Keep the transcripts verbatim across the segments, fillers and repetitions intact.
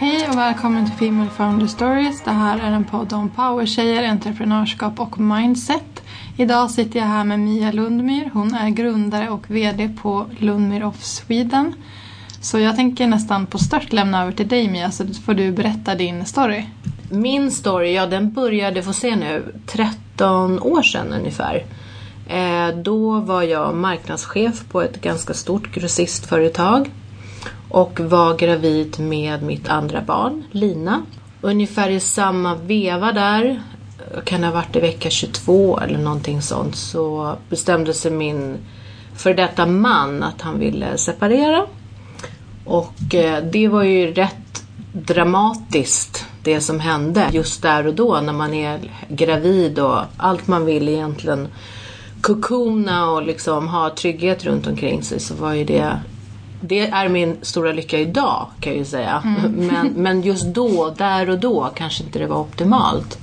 Hej och välkommen till Female Founder Stories. Det här är en podd om powertjejer, entreprenörskap och mindset. Idag sitter jag här med Mia Lundmyr. Hon är grundare och vd på Lundmyr of Sweden. Så jag tänker nästan på stört lämna över till dig, Mia, så får du berätta din story. Min story, ja, den började, få se nu, tretton år sedan ungefär. Eh, då var jag marknadschef på ett ganska stort grossistföretag. Och var gravid med mitt andra barn, Lina. Ungefär i samma veva där, kan det ha varit i vecka tjugotvå eller någonting sånt, så bestämde sig min för detta man att han ville separera. Och det var ju rätt dramatiskt det som hände just där och då när man är gravid och allt man vill egentligen kokona och liksom ha trygghet runt omkring sig, så var ju det Det är min stora lycka idag, kan jag ju säga. Mm. Men, men just då, där och då, kanske inte det var optimalt.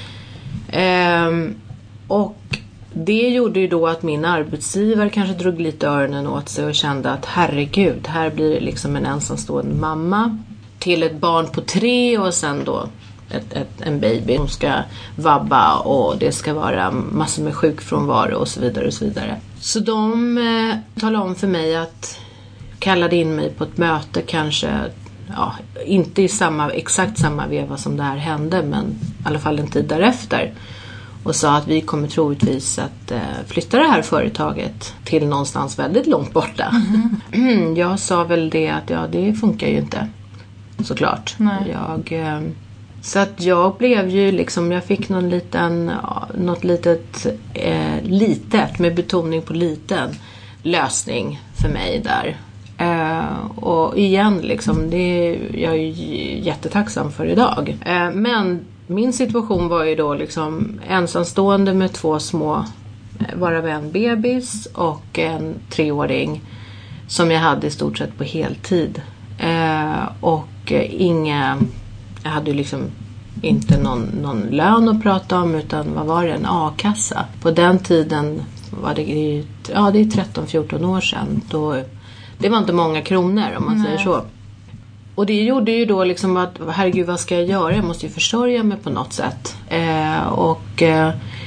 Ehm, och det gjorde ju då att min arbetsgivare kanske drog lite öronen åt sig och kände att herregud, här blir det liksom en ensamstående mamma till ett barn på tre och sen då ett, ett, en baby som ska vabba och det ska vara massor med sjukfrånvaro och så vidare och så vidare. Så de eh, talade om för mig att kallade in mig på ett möte, kanske ja, inte i samma, exakt samma veva som det här hände, men i alla fall en tid därefter, och sa att vi kommer troligtvis att eh, flytta det här företaget till någonstans väldigt långt borta. Mm-hmm. Jag sa väl det att ja, det funkar ju inte, såklart. Nej. Jag, eh, så att jag blev ju liksom, jag fick någon liten, ja, något litet, eh, litet, med betoning på liten, lösning för mig där. Uh, och igen liksom, det jag är jättetacksam för idag. Uh, men min situation var ju då liksom ensamstående med två små, varav en bebis och en treåring som jag hade i stort sett på heltid. Uh, och uh, inga, jag hade ju liksom inte någon, någon lön att prata om, utan vad var det, en a-kassa. På den tiden var det, ja, det är tretton fjorton år sedan, då det var inte många kronor, om man Nej. säger så. Och det gjorde ju då liksom att, herregud, vad ska jag göra? Jag måste ju försörja mig på något sätt. Eh, och eh,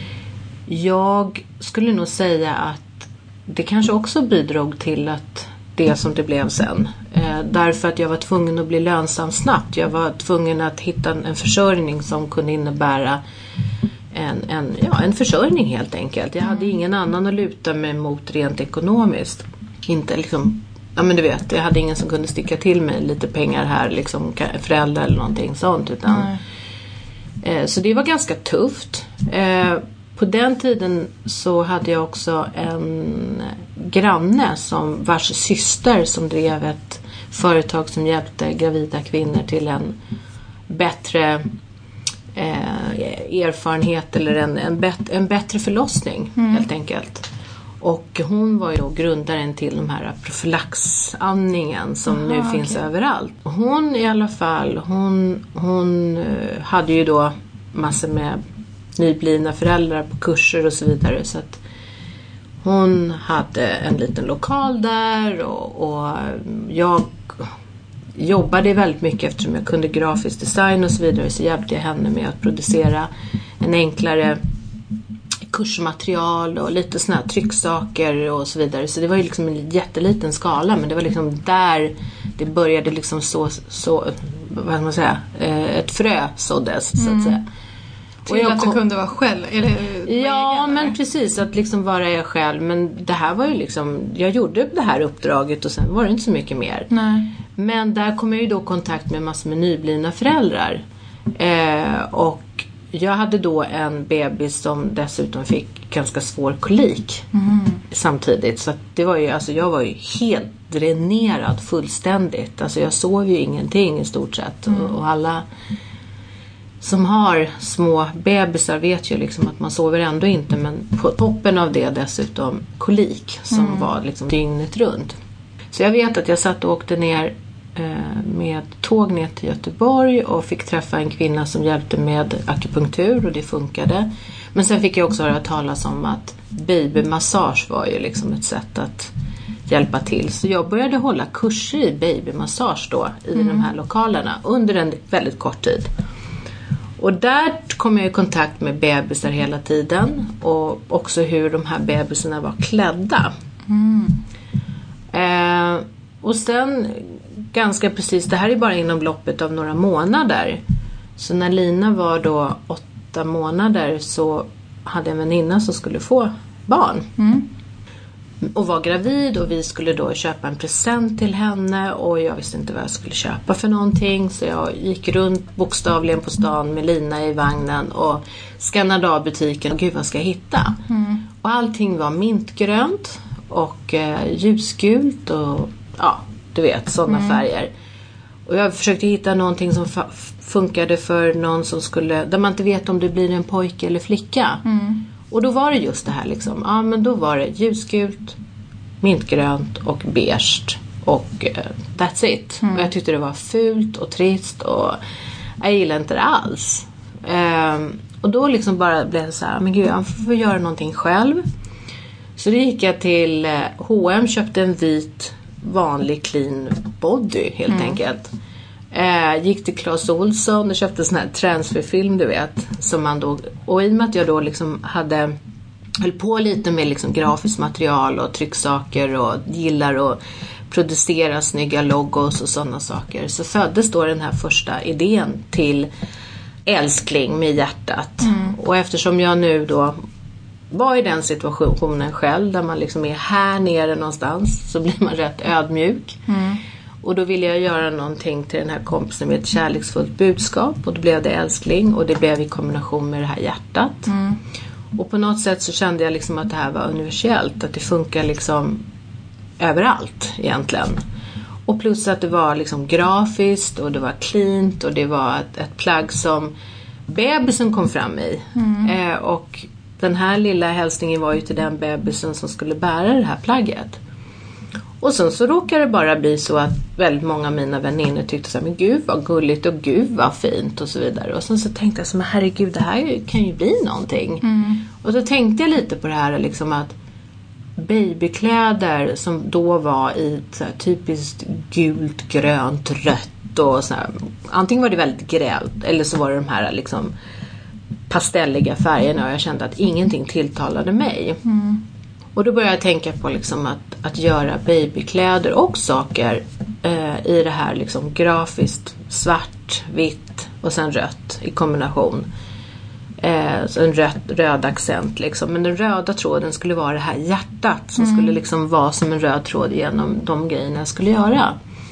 jag skulle nog säga att det kanske också bidrog till att det som det blev sen. Eh, därför att jag var tvungen att bli lönsam snabbt. Jag var tvungen att hitta en, en försörjning som kunde innebära en, en, ja, en försörjning helt enkelt. Jag hade ingen annan att luta mig mot rent ekonomiskt. Inte liksom... Ja, men du vet, jag hade ingen som kunde sticka till mig lite pengar här, liksom föräldrar eller någonting sånt, utan eh, så det var ganska tufft. Eh, på den tiden så hade jag också en granne som vars syster som drev ett företag som hjälpte gravida kvinnor till en bättre eh, erfarenhet eller en, en, bet, en bättre förlossning, mm. helt enkelt. Och hon var ju då grundaren till de här profylaxandningen som Aha, nu okay. finns överallt. Hon i alla fall, hon, hon hade ju då massor med nyblivna föräldrar på kurser och så vidare. Så att hon hade en liten lokal där och, och jag jobbade väldigt mycket eftersom jag kunde grafisk design och så vidare. Så hjälpte jag henne med att producera en enklare kursmaterial och lite såna här trycksaker och så vidare. Så det var ju liksom en jätteliten skala, men det var liksom där det började liksom så, så vad ska man säga, ett frö såddes, mm. så att säga. Och jag att kom... du kunde vara själv? Eller, ja, egen, men eller? Precis, att liksom vara jag själv. Men det här var ju liksom, jag gjorde det här uppdraget och sen var det inte så mycket mer. Nej. Men där kom jag ju då i kontakt med massor med nyblivna föräldrar. Eh, och jag hade då en bebis som dessutom fick ganska svår kolik mm. samtidigt. Så att det var ju, alltså jag var ju helt dränerad fullständigt. Alltså jag sov ju ingenting i stort sett. Mm. Och, och alla som har små bebisar vet ju liksom att man sover ändå inte. Men på toppen av det dessutom kolik som mm. var liksom dygnet runt. Så jag vet att jag satt och åkte ner med tåg ner till Göteborg och fick träffa en kvinna som hjälpte med akupunktur och det funkade. Men sen fick jag också höra talas om att babymassage var ju liksom ett sätt att hjälpa till. Så jag började hålla kurser i babymassage då i mm. de här lokalerna under en väldigt kort tid. Och där kom jag i kontakt med bebisar hela tiden. Och också hur de här bebisarna var klädda. Mm. Eh, och sen ganska precis, det här är bara inom loppet av några månader. Så när Lina var då åtta månader så hade en väninna som skulle få barn. Mm. Och var gravid och vi skulle då köpa en present till henne och jag visste inte vad jag skulle köpa för någonting. Så jag gick runt bokstavligen på stan med Lina i vagnen och skannade av butiken. Och gud, vad ska jag hitta? Mm. Och allting var mintgrönt och eh, ljusgult och ja, du vet, sådana mm. färger. Och jag försökte hitta någonting som fa- funkade för någon som skulle, där man inte vet om det blir en pojke eller flicka. Mm. Och då var det just det här liksom. Ja, men då var det ljusgult, mintgrönt och beige. Och uh, that's it. Mm. Och jag tyckte det var fult och trist. Och jag gillade inte det alls. Um, och då liksom bara blev det så här. Men gud, jag får göra någonting själv. Så då gick jag till uh, H och M. Köpte en vit vanlig clean body helt mm. enkelt. Eh, gick till Clas Ohlson och köpte sån här transferfilm, du vet, som man då, och i och med att jag då liksom hade höll på lite med liksom grafiskt material och trycksaker och gillar att producera snygga logos och sådana saker, så föddes då den här första idén till älskling med hjärtat. Mm. Och eftersom jag nu då var i den situationen själv där man liksom är här nere någonstans, så blir man rätt ödmjuk. Mm. Och då ville jag göra någonting till den här kompisen med ett kärleksfullt budskap. Och då blev det älskling. Och det blev i kombination med det här hjärtat. Mm. Och på något sätt så kände jag liksom att det här var universellt. Att det funkar liksom överallt egentligen. Och plus att det var liksom grafiskt och det var cleant. Och det var ett, ett plagg som bebisen kom fram i. Mm. Eh, och den här lilla hälsningen var ju till den bebisen som skulle bära det här plagget. Och sen så råkade det bara bli så att väldigt många av mina vänner tyckte så här, men gud vad gulligt och gud vad fint och så vidare. Och sen så tänkte jag så, men herregud, det här kan ju bli någonting. Mm. Och så tänkte jag lite på det här liksom att babykläder som då var i så här typiskt gult, grönt, rött och så här, antingen var det väldigt grält eller så var det de här liksom pastelliga färgerna och jag kände att ingenting tilltalade mig. Mm. Och då började jag tänka på liksom att, att göra babykläder och saker eh, i det här liksom grafiskt svart, vitt och sen rött i kombination. Eh, så en röd, röd accent liksom. Men den röda tråden skulle vara det här hjärtat som mm. skulle liksom vara som en röd tråd genom de grejerna jag skulle göra.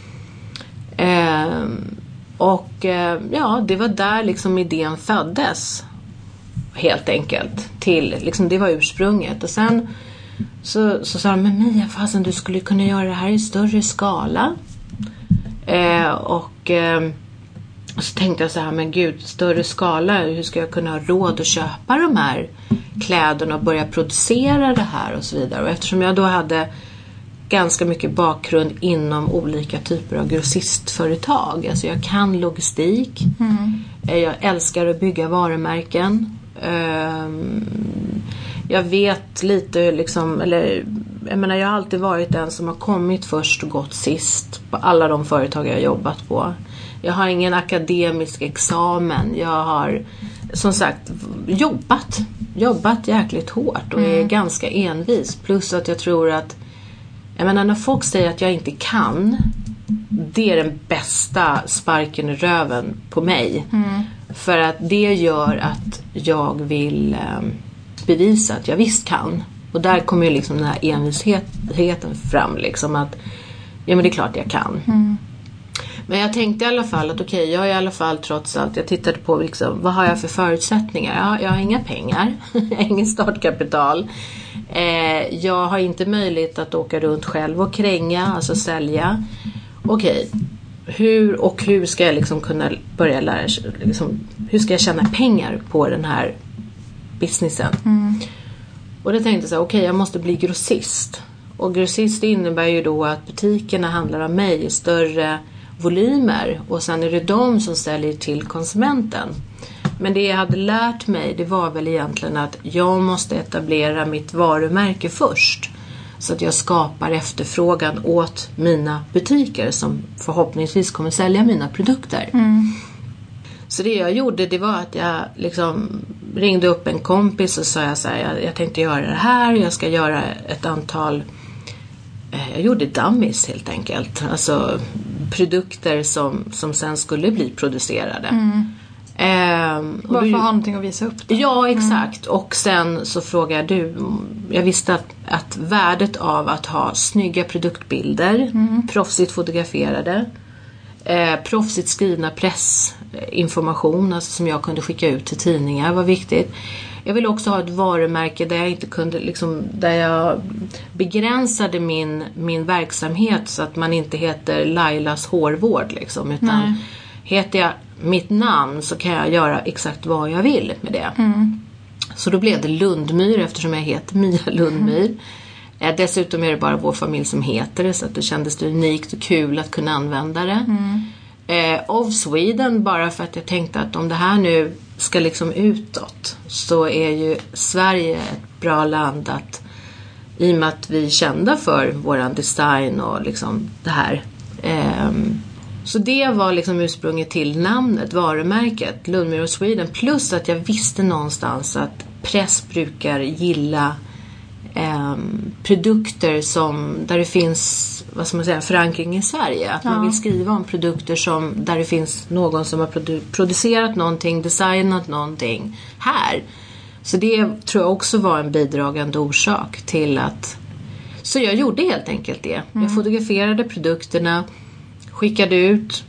Eh, och eh, ja, det var där liksom idén föddes. Helt enkelt. Till, liksom, det var ursprunget. Och sen Så, så sa de, men Mia, fasen, du skulle kunna göra det här i större skala. Eh, och, eh, och så tänkte jag så här, men gud, större skala, hur ska jag kunna ha råd att köpa de här kläderna och börja producera det här och så vidare. Och eftersom jag då hade ganska mycket bakgrund inom olika typer av grossistföretag. Alltså jag kan logistik. Mm. Eh, jag älskar att bygga varumärken. Eh, Jag vet lite liksom, eller jag menar jag har alltid varit den som har kommit först och gått sist på alla de företag jag har jobbat på. Jag har ingen akademisk examen. Jag har som sagt jobbat, jobbat jäkligt hårt och mm. är ganska envis. Plus att jag tror att, jag menar när folk säger att jag inte kan, det är den bästa sparken i röven på mig. Mm. För att det gör att jag vill eh, bevisa att jag visst kan. Och där kommer ju liksom den här envisheten fram liksom att ja men det är klart jag kan. Mm. Men jag tänkte i alla fall att okej, okay, jag är i alla fall trots allt, jag tittade på liksom, vad har jag för förutsättningar? Ja, jag har inga pengar, jag har ingen startkapital. Eh, jag har inte möjlighet att åka runt själv och kränga, alltså sälja. Okej, okay, hur och hur ska jag liksom kunna börja lära sig, liksom, hur ska jag tjäna pengar på den här businessen? Mm. Och då tänkte jag så här, okej, okay, jag måste bli grossist. Och grossist innebär ju då att butikerna handlar av mig i större volymer. Och sen är det de som säljer till konsumenten. Men det jag hade lärt mig, det var väl egentligen att jag måste etablera mitt varumärke först. Så att jag skapar efterfrågan åt mina butiker som förhoppningsvis kommer sälja mina produkter. Mm. Så det jag gjorde, det var att jag liksom ringde upp en kompis och sa jag så här, jag, jag tänkte göra det här, jag ska göra ett antal, eh, jag gjorde dummies helt enkelt. Alltså produkter som, som sen skulle bli producerade. Mm. Eh, Bara för att ha någonting att visa upp då. Ja, exakt. Mm. Och sen så frågade du, jag visste att, att värdet av att ha snygga produktbilder, mm. proffsigt fotograferade, eh, proffsigt skrivna pressinformation, alltså som jag kunde skicka ut till tidningar, var viktigt. Jag ville också ha ett varumärke där jag inte kunde, liksom, där jag begränsade min, min verksamhet så att man inte heter Lailas hårvård liksom, utan Nej. Heter jag mitt namn så kan jag göra exakt vad jag vill med det. Mm. Så då blev det Lundmyr eftersom jag heter Mia Lundmyr. Mm. Eh, dessutom är det bara vår familj som heter det, så att det kändes det unikt och kul att kunna använda det. Mm. Eh, of Sweden, bara för att jag tänkte att om det här nu ska liksom utåt så är ju Sverige ett bra land att, i och med att vi är kända för våran design och liksom det här. Eh, Så det var liksom ursprunget till namnet, varumärket, Lundmyr of Sweden. Plus att jag visste någonstans att press brukar gilla eh, produkter som, där det finns, vad ska man säga, förankring i Sverige. Att ja. Man vill skriva om produkter som, där det finns någon som har produ- producerat någonting, designat någonting här. Så det tror jag också var en bidragande orsak till att... Så jag gjorde helt enkelt det. Mm. Jag fotograferade produkterna, skickade ut,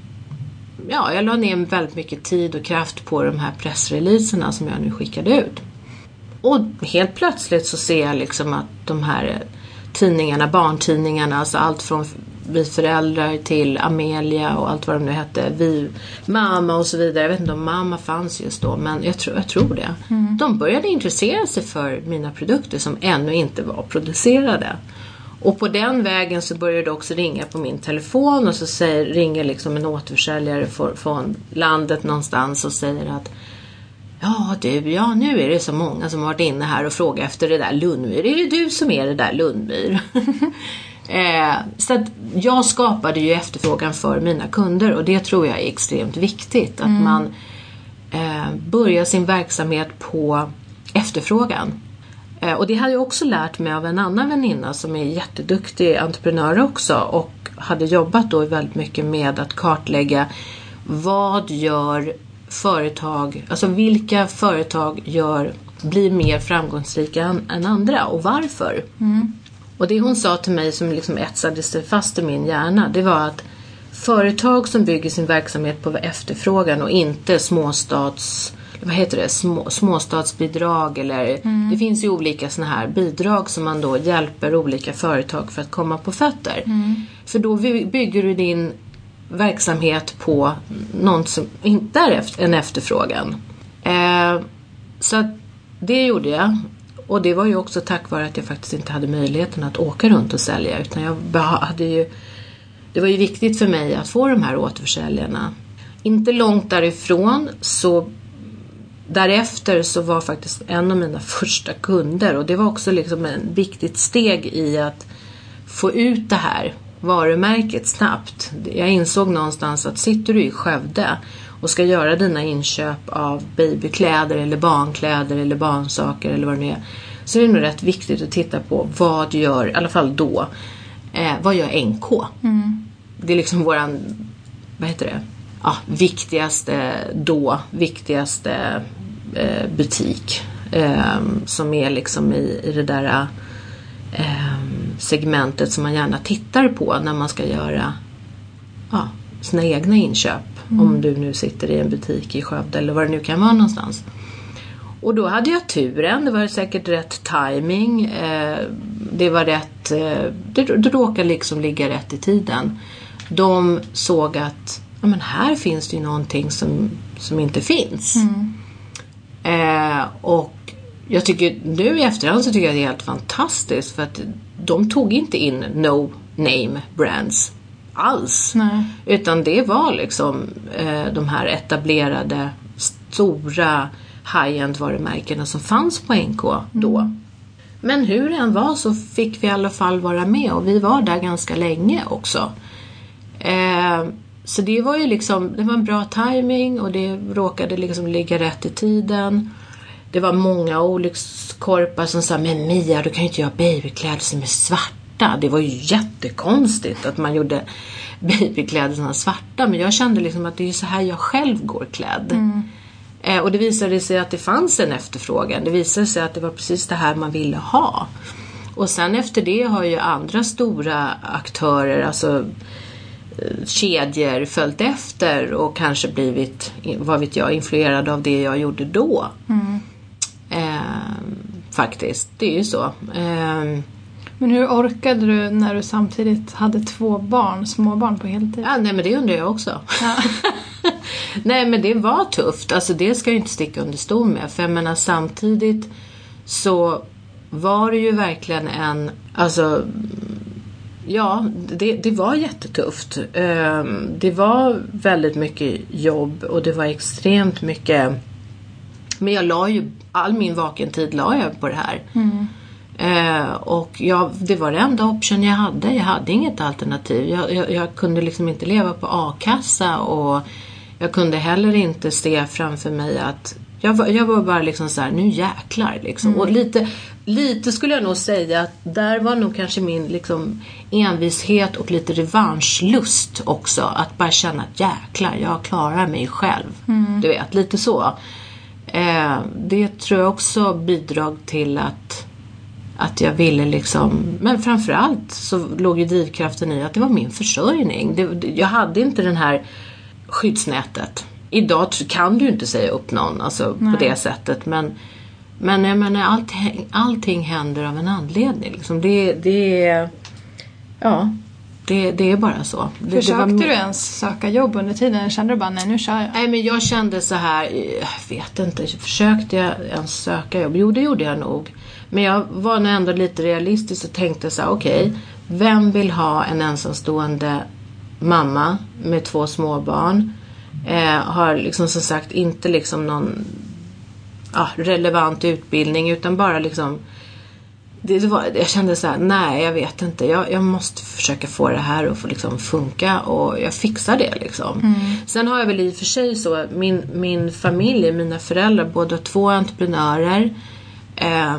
ja, jag la ner väldigt mycket tid och kraft på de här pressreleaserna som jag nu skickade ut. Och helt plötsligt så ser jag liksom att de här tidningarna, barntidningarna, alltså allt från Vi föräldrar till Amelia och allt vad de nu hette, Vi, Mamma och så vidare. Jag vet inte om Mamma fanns just då, men jag tror, jag tror det. Mm. De började intressera sig för mina produkter som ännu inte var producerade. Och på den vägen så började det också ringa på min telefon och så säger, ringer liksom en återförsäljare för, från landet någonstans och säger att ja du, ja nu är det så många som har varit inne här och frågat efter det där Lundmyr. Är det du som är det där Lundmyr? eh, så att jag skapade ju efterfrågan för mina kunder och det tror jag är extremt viktigt. Att mm. man eh, börjar sin verksamhet på efterfrågan. Och det hade jag också lärt mig av en annan väninna som är jätteduktig entreprenör också och hade jobbat då väldigt mycket med att kartlägga vad gör företag, alltså vilka företag gör, blir mer framgångsrika än, än andra och varför. Mm. Och det hon sa till mig som liksom etsade sig fast i min hjärna, det var att företag som bygger sin verksamhet på efterfrågan och inte småstads vad heter det, små, småstadsbidrag eller mm. det finns ju olika såna här bidrag som man då hjälper olika företag för att komma på fötter. Mm. För då bygger du din verksamhet på något som inte är en efterfrågan. Eh, så att det gjorde jag. Och det var ju också tack vare att jag faktiskt inte hade möjligheten att åka runt och sälja, utan jag hade ju, det var ju viktigt för mig att få de här återförsäljarna. Inte långt därifrån så därefter så var faktiskt en av mina första kunder, och det var också liksom en viktigt steg i att få ut det här varumärket snabbt. Jag insåg någonstans att sitter du i Skövde och ska göra dina inköp av babykläder eller barnkläder eller barnsaker eller vad det är, så är det nog rätt viktigt att titta på vad gör, i alla fall då, eh, vad gör N K? Mm. Det är liksom våran, vad heter det? Ja, viktigaste då, viktigaste eh, butik eh, som är liksom i, i det där eh, segmentet som man gärna tittar på när man ska göra ja, sina egna inköp. Mm. Om du nu sitter i en butik i Skövde eller vad det nu kan vara någonstans. Och då hade jag turen, det var säkert rätt timing, eh, det var rätt, eh, det, det råkade liksom ligga rätt i tiden. De såg att ja, men här finns det ju någonting som, som inte finns. Mm. Eh, och jag tycker nu i efterhand så tycker jag det är helt fantastiskt, för att de tog inte in no name brands alls. Nej. Utan det var liksom eh, de här etablerade stora high-end varumärkena som fanns på N K då. Mm. Men hur det än var så fick vi i alla fall vara med. Och vi var där ganska länge också. Eh, så det var ju liksom, det var en bra timing och det råkade liksom ligga rätt i tiden. Det var många olyckskorpar som sa, men Mia, du kan ju inte göra babykläder som är svarta. Det var ju jättekonstigt att man gjorde babykläder som var svarta. Men jag kände liksom att det är så här jag själv går klädd. Mm. Eh, och det visade sig att det fanns en efterfrågan. Det visade sig att det var precis det här man ville ha. Och sen efter det har ju andra stora aktörer, alltså kedjor, följt efter och kanske blivit, vad vet jag, influerad av det jag gjorde då. Mm. Eh, faktiskt, det är ju så. Eh, men hur orkade du när du samtidigt hade två barn, små barn på heltid? Ja, nej, men det undrar jag också. Ja. Nej, men det var tufft. Alltså det ska jag inte sticka under stol med. För jag menar, samtidigt så var det ju verkligen en, alltså ja, det, det var jättetufft. Det var väldigt mycket jobb och det var extremt mycket, men jag la ju all min vakentid la jag på det här. Mm. Och jag, det var det enda option jag hade. Jag hade inget alternativ. Jag, jag, jag kunde liksom inte leva på a-kassa och jag kunde heller inte se framför mig att jag var, jag var bara liksom så här, nu jäklar liksom. Mm. Och lite, lite skulle jag nog säga att där var nog kanske min liksom envishet och lite revanschlust också. Att bara känna att jäklar, jag klarar mig själv. Mm. Du vet, lite så. Eh, det tror jag också bidrog till att att jag ville liksom, men framförallt så låg ju drivkraften i att det var min försörjning. Det, jag hade inte den här skyddsnätet. Idag kan du inte säga upp någon alltså på det sättet, men men jag menar allting, allting händer av en anledning liksom. Det det ja, det det är bara så. Det, Försökte det var... du ens söka jobb under tiden? Kände du bara nej, nu kör jag? Nej, men jag kände så här, jag vet inte, försökte jag ens söka jobb? Jo, det gjorde jag nog. Men jag var nog ändå lite realistisk och tänkte så här, okej, okay, vem vill ha en ensamstående mamma med två småbarn? Eh, har liksom som sagt inte liksom någon ja, relevant utbildning utan bara liksom det var, jag kände så här, nej jag vet inte, jag, jag måste försöka få det här att få liksom funka och jag fixar det liksom. Mm. Sen har jag väl i och för sig så min, min familj, mina föräldrar, båda två entreprenörer. eh,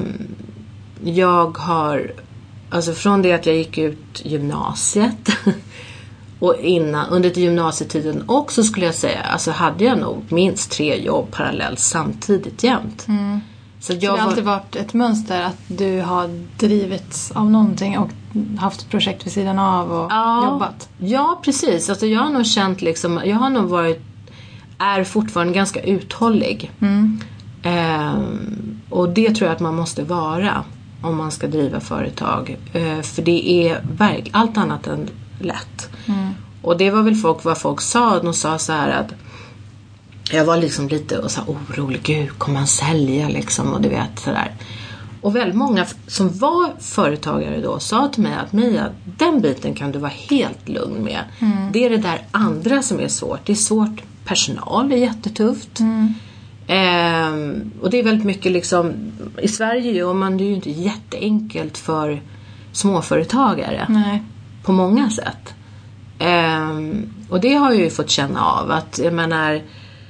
jag har alltså från det att jag gick ut gymnasiet och innan, under gymnasietiden också skulle jag säga, alltså hade jag nog minst tre jobb parallellt samtidigt jämt. Mm. Så, jag så det har var... alltid varit ett mönster att du har drivits av någonting och haft projekt vid sidan av och ja, jobbat. Ja, precis. Alltså jag har nog känt liksom, jag har nog varit, är fortfarande ganska uthållig. Mm. Ehm, och det tror jag att man måste vara om man ska driva företag. Ehm, för det är verk, allt annat än lätt. Mm. Och det var väl folk, vad folk sa. De sa så här att jag var liksom lite och så orolig. Gud, kommer man sälja liksom? Och du vet sådär. Och väldigt många som var företagare då sa till mig att Mia, den biten kan du vara helt lugn med. Mm. Det är det där andra som är svårt. Det är svårt. Personal är jättetufft. Mm. Ehm, och det är väldigt mycket liksom i Sverige gör man det ju inte jätteenkelt för småföretagare. Nej. På många sätt. Um, och det har jag ju fått känna av. Att jag menar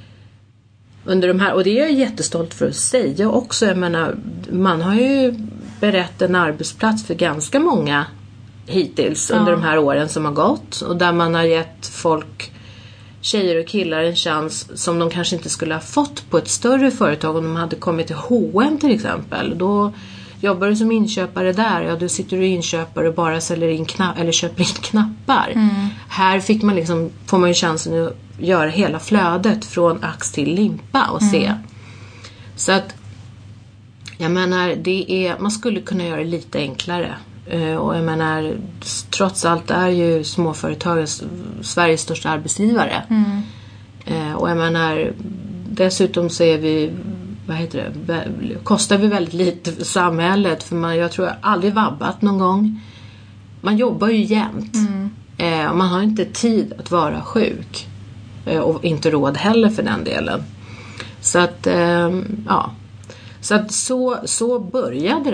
under de här, och det är jag jättestolt för att säga också. Jag menar, man har ju berett en arbetsplats för ganska många hittills ja. under de här åren som har gått. Och där man har gett folk, tjejer och killar, en chans som de kanske inte skulle ha fått på ett större företag om de hade kommit till H och M till exempel. Då jobbar du som inköpare där, ja då sitter du inköpare och bara säljer in knapp, eller köper in knappar. Mm. Här fick man liksom, får man ju chansen att göra hela flödet från ax till limpa och se. Mm. Så att jag menar, det är, man skulle kunna göra det lite enklare. Uh, och jag menar, trots allt är ju småföretagen Sveriges största arbetsgivare. Mm. Uh, och jag menar, dessutom så är vi, vad heter det, kostar vi väldigt lite för samhället, för man, jag tror jag aldrig vabbat någon gång. Man jobbar ju jämt. Mm. Eh, och man har inte tid att vara sjuk. Eh, och inte råd heller för den delen. Så att, eh, ja. Så att så, så började det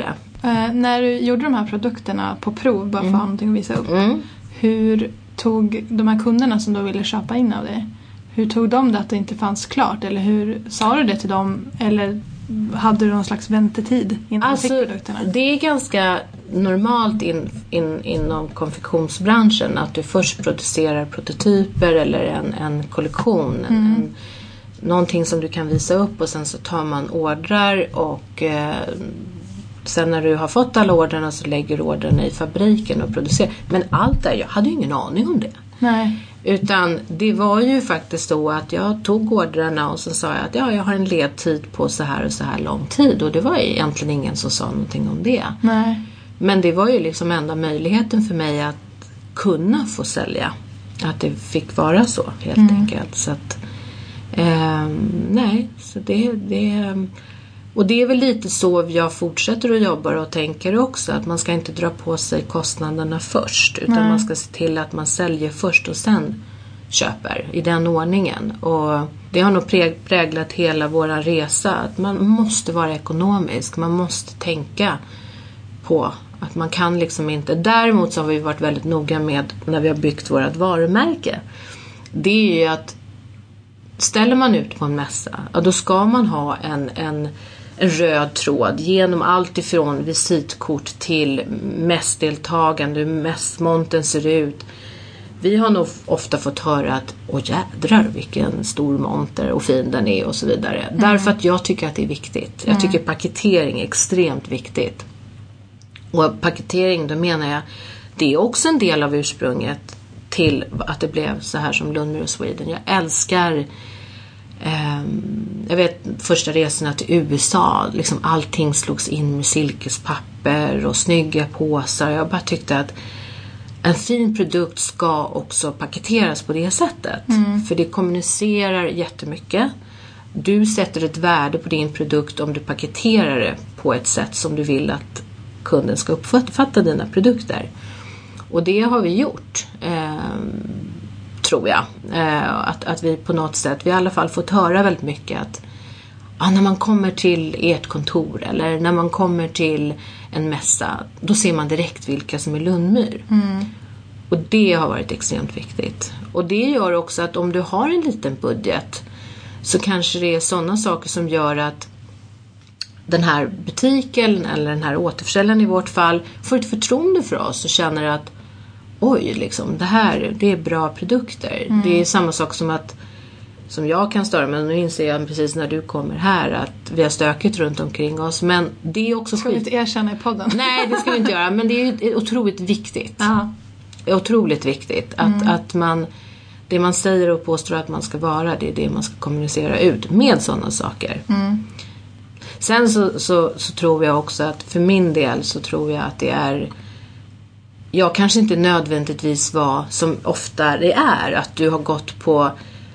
Eh, när du gjorde de här produkterna på prov, bara för mm. någonting att visa upp. Mm. Hur tog de här kunderna som då ville köpa in av dig, hur tog de det att det inte fanns klart? Eller hur sa du det till dem? Eller hade du någon slags väntetid innan alltså, du fick produkterna? Det är ganska normalt in, in, inom konfektionsbranschen att du först producerar prototyper eller en, en kollektion. Mm. En, någonting som du kan visa upp och sen så tar man ordrar och eh, sen när du har fått alla ordrarna så lägger du ordrarna i fabriken och producerar. Men allt där, jag hade ju ingen aning om det. Nej. Utan det var ju faktiskt så att jag tog ordrarna och så sa jag att ja, jag har en ledtid på så här och så här lång tid. Och det var egentligen ingen som sa någonting om det. Nej. Men det var ju liksom enda möjligheten för mig att kunna få sälja. Att det fick vara så helt mm. enkelt. Så att, eh, nej, så det, det... Och det är väl lite så jag fortsätter att jobba och tänker också. Att man ska inte dra på sig kostnaderna först. Utan Nej. Man ska se till att man säljer först och sen köper. I den ordningen. Och det har nog präglat hela våran resa. Att man måste vara ekonomisk. Man måste tänka på att man kan liksom inte. Däremot så har vi varit väldigt noga med när vi har byggt vårt varumärke. Det är ju att ställer man ut på en mässa. Ja, då ska man ha en... en en röd tråd genom allt ifrån visitkort till mässdeltagande, hur mässmonten ser ut. Vi har nog ofta fått höra att åh jädrar vilken stor monter och fin den är och så vidare. Mm. Därför att jag tycker att det är viktigt. Jag tycker paketering är extremt viktigt. Och paketering, då menar jag, det är också en del av ursprunget till att det blev så här som Lundmyr och Sweden. Jag älskar jag vet första resorna till U S A, liksom allting slogs in med silkespapper och snygga påsar. Jag bara tyckte att en fin produkt ska också paketeras på det sättet. Mm. För det kommunicerar jättemycket. Du sätter ett värde på din produkt om du paketerar det på ett sätt som du vill att kunden ska uppfatta dina produkter. Och det har vi gjort. Tror jag. Eh, att, att vi på något sätt, vi har i alla fall fått höra väldigt mycket att ja, när man kommer till ert kontor eller när man kommer till en mässa, då ser man direkt vilka som är Lundmyr. Mm. Och det har varit extremt viktigt. Och det gör också att om du har en liten budget så kanske det är sådana saker som gör att den här butiken eller den här återförsäljaren i vårt fall får ett förtroende för oss och känner att oj, liksom, det här, det är bra produkter. Mm. Det är samma sak som att som jag kan störa, men nu inser jag precis när du kommer här att vi har stökigt runt omkring oss. Men det är också... Ska vi inte erkänna i podden? Nej, det ska vi inte göra. Men det är ju otroligt viktigt. Aha. Otroligt viktigt. Att, mm. att man, det man säger och påstår att man ska vara, det är det man ska kommunicera ut med sådana saker. Mm. Sen så, så, så tror jag också att för min del så tror jag att det är... Jag kanske inte nödvändigtvis var som ofta det är att du har gått på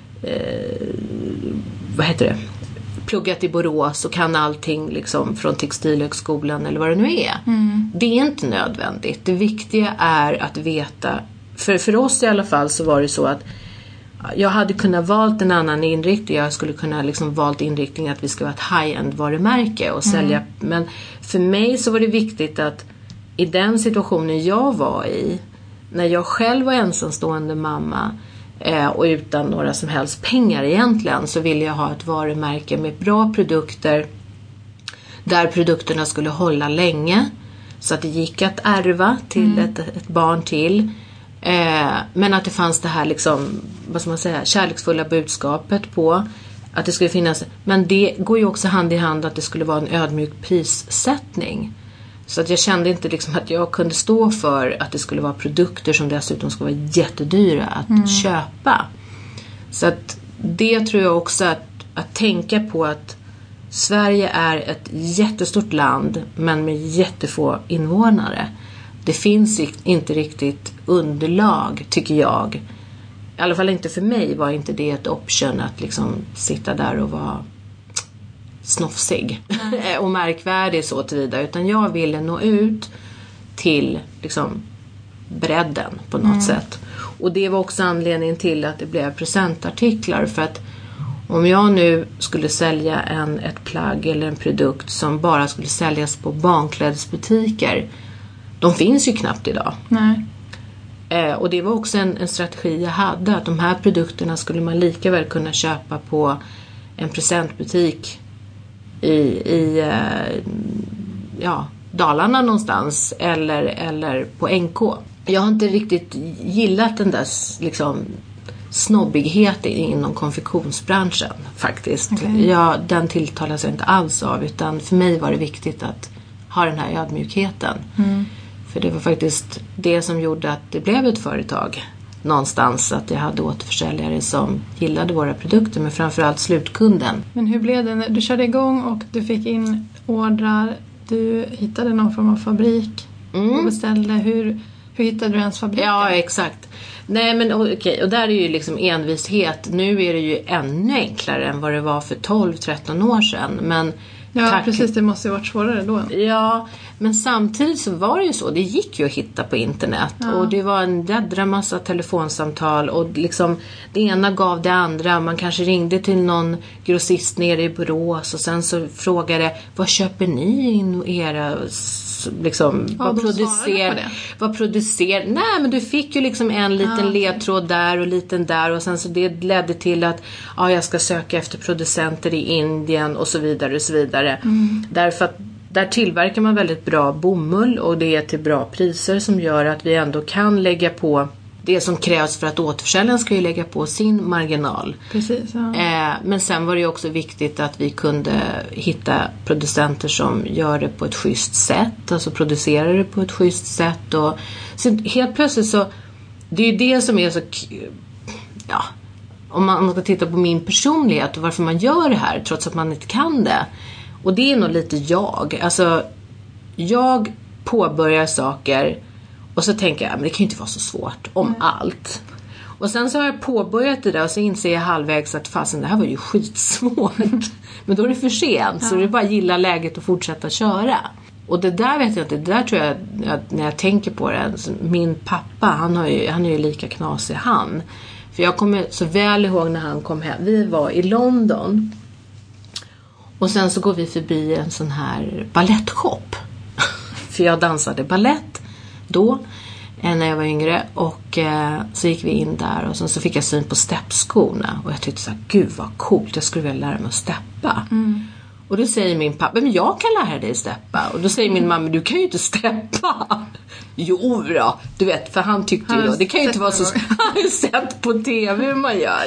eh, vad heter det? Pluggat i Borås och kan allting liksom från textilhögskolan eller vad det nu är. Mm. Det är inte nödvändigt. Det viktiga är att veta, för, för oss i alla fall så var det så att jag hade kunnat valt en annan inriktning. Jag skulle kunna liksom valt inriktning att vi ska vara ett high-end varumärke och sälja. Mm. Men för mig så var det viktigt att i den situationen jag var i, när jag själv var ensamstående mamma eh, och utan några som helst pengar egentligen, så ville jag ha ett varumärke med bra produkter där produkterna skulle hålla länge så att det gick att ärva till mm. ett, ett barn till. Eh, men att det fanns det här liksom, vad ska man säga, kärleksfulla budskapet på att det skulle finnas, men det går ju också hand i hand att det skulle vara en ödmjuk prissättning. Så att jag kände inte liksom att jag kunde stå för att det skulle vara produkter som dessutom skulle vara jättedyra att mm. köpa. Så att det tror jag också att, att tänka på att Sverige är ett jättestort land men med jättefå invånare. Det finns inte riktigt underlag, tycker jag. I alla fall inte för mig var inte det ett option att liksom sitta där och vara snofsig mm. och märkvärdig så tillvida, utan jag ville nå ut till liksom bredden på något mm. sätt. Och det var också anledningen till att det blev presentartiklar, för att Om jag nu skulle sälja en, ett plagg eller en produkt som bara skulle säljas på barnklädesbutiker, de finns ju knappt idag. Nej. Eh, och det var också en, en strategi jag hade, att de här produkterna skulle man lika väl kunna köpa på en presentbutik i, i eh, ja, Dalarna någonstans eller, eller på N K. Jag har inte riktigt gillat den där liksom snobbighet inom konfektionsbranschen faktiskt. Okay. Jag, den tilltalas jag inte alls av, utan för mig var det viktigt att ha den här ödmjukheten. Mm. För det var faktiskt det som gjorde att det blev ett företag någonstans, att jag hade återförsäljare som gillade våra produkter, men framförallt slutkunden. Men hur blev det när du körde igång och du fick in ordrar, du hittade någon form av fabrik mm. och beställde, hur, hur hittade du ens fabriken? Ja, exakt. Nej, men okej, okay. Och där är ju liksom envishet. Nu är det ju ännu enklare än vad det var för tolv tretton år sedan. Men ja, tack... precis. Det måste ju varit svårare då. Ja, men samtidigt så var det ju så. Det gick ju att hitta på internet. Ja. Och det var en jädra massa telefonsamtal. Och liksom det ena gav det andra. Man kanske ringde till någon grossist nere i Borås. Och sen så frågade, vad köper ni in era... Liksom, ja, vad producerar vad producerar nej men du fick ju liksom en liten ah, ledtråd där och liten där, och sen så det ledde till att ja, jag ska söka efter producenter i Indien och så vidare och så vidare. Mm. Därför att där tillverkar man väldigt bra bomull och det är till bra priser som gör att vi ändå kan lägga på det som krävs, för att återförsäljaren ska ju lägga på sin marginal. Precis, ja. eh, men sen var det ju också viktigt att vi kunde hitta producenter som gör det på ett schysst sätt. Alltså producerar det på ett schysst sätt. Och så helt plötsligt så, det är ju det som är så, ja, om man, om man ska titta på min personlighet och varför man gör det här trots att man inte kan det. Och det är nog lite jag. Alltså, jag påbörjar saker och så tänker jag, men det kan ju inte vara så svårt om mm. allt. Och sen så har jag påbörjat det där och så inser jag halvvägs att fasen, det här var ju skitsvårt. Men då är det för sent, ja. Så det är bara att gilla läget och fortsätta köra. Och det där vet jag inte, det där tror jag, att när jag tänker på det, min pappa, han, har ju, han är ju lika knasig han. För jag kommer så väl ihåg när han kom hem. Vi var i London. Och sen så går vi förbi en sån här ballettshop. För jag dansade ballett då, när jag var yngre. Och eh, så gick vi in där och sen så fick jag syn på steppskorna. Och jag tyckte så här, gud vad coolt, jag skulle vilja lära mig att steppa. Mm. Och då säger min pappa, men jag kan lära dig steppa. Och då säger min mamma, du kan ju inte steppa. Jo då, du vet, för han tyckte ju då, det kan ju inte vara så, han har ju sett på tv hur man gör.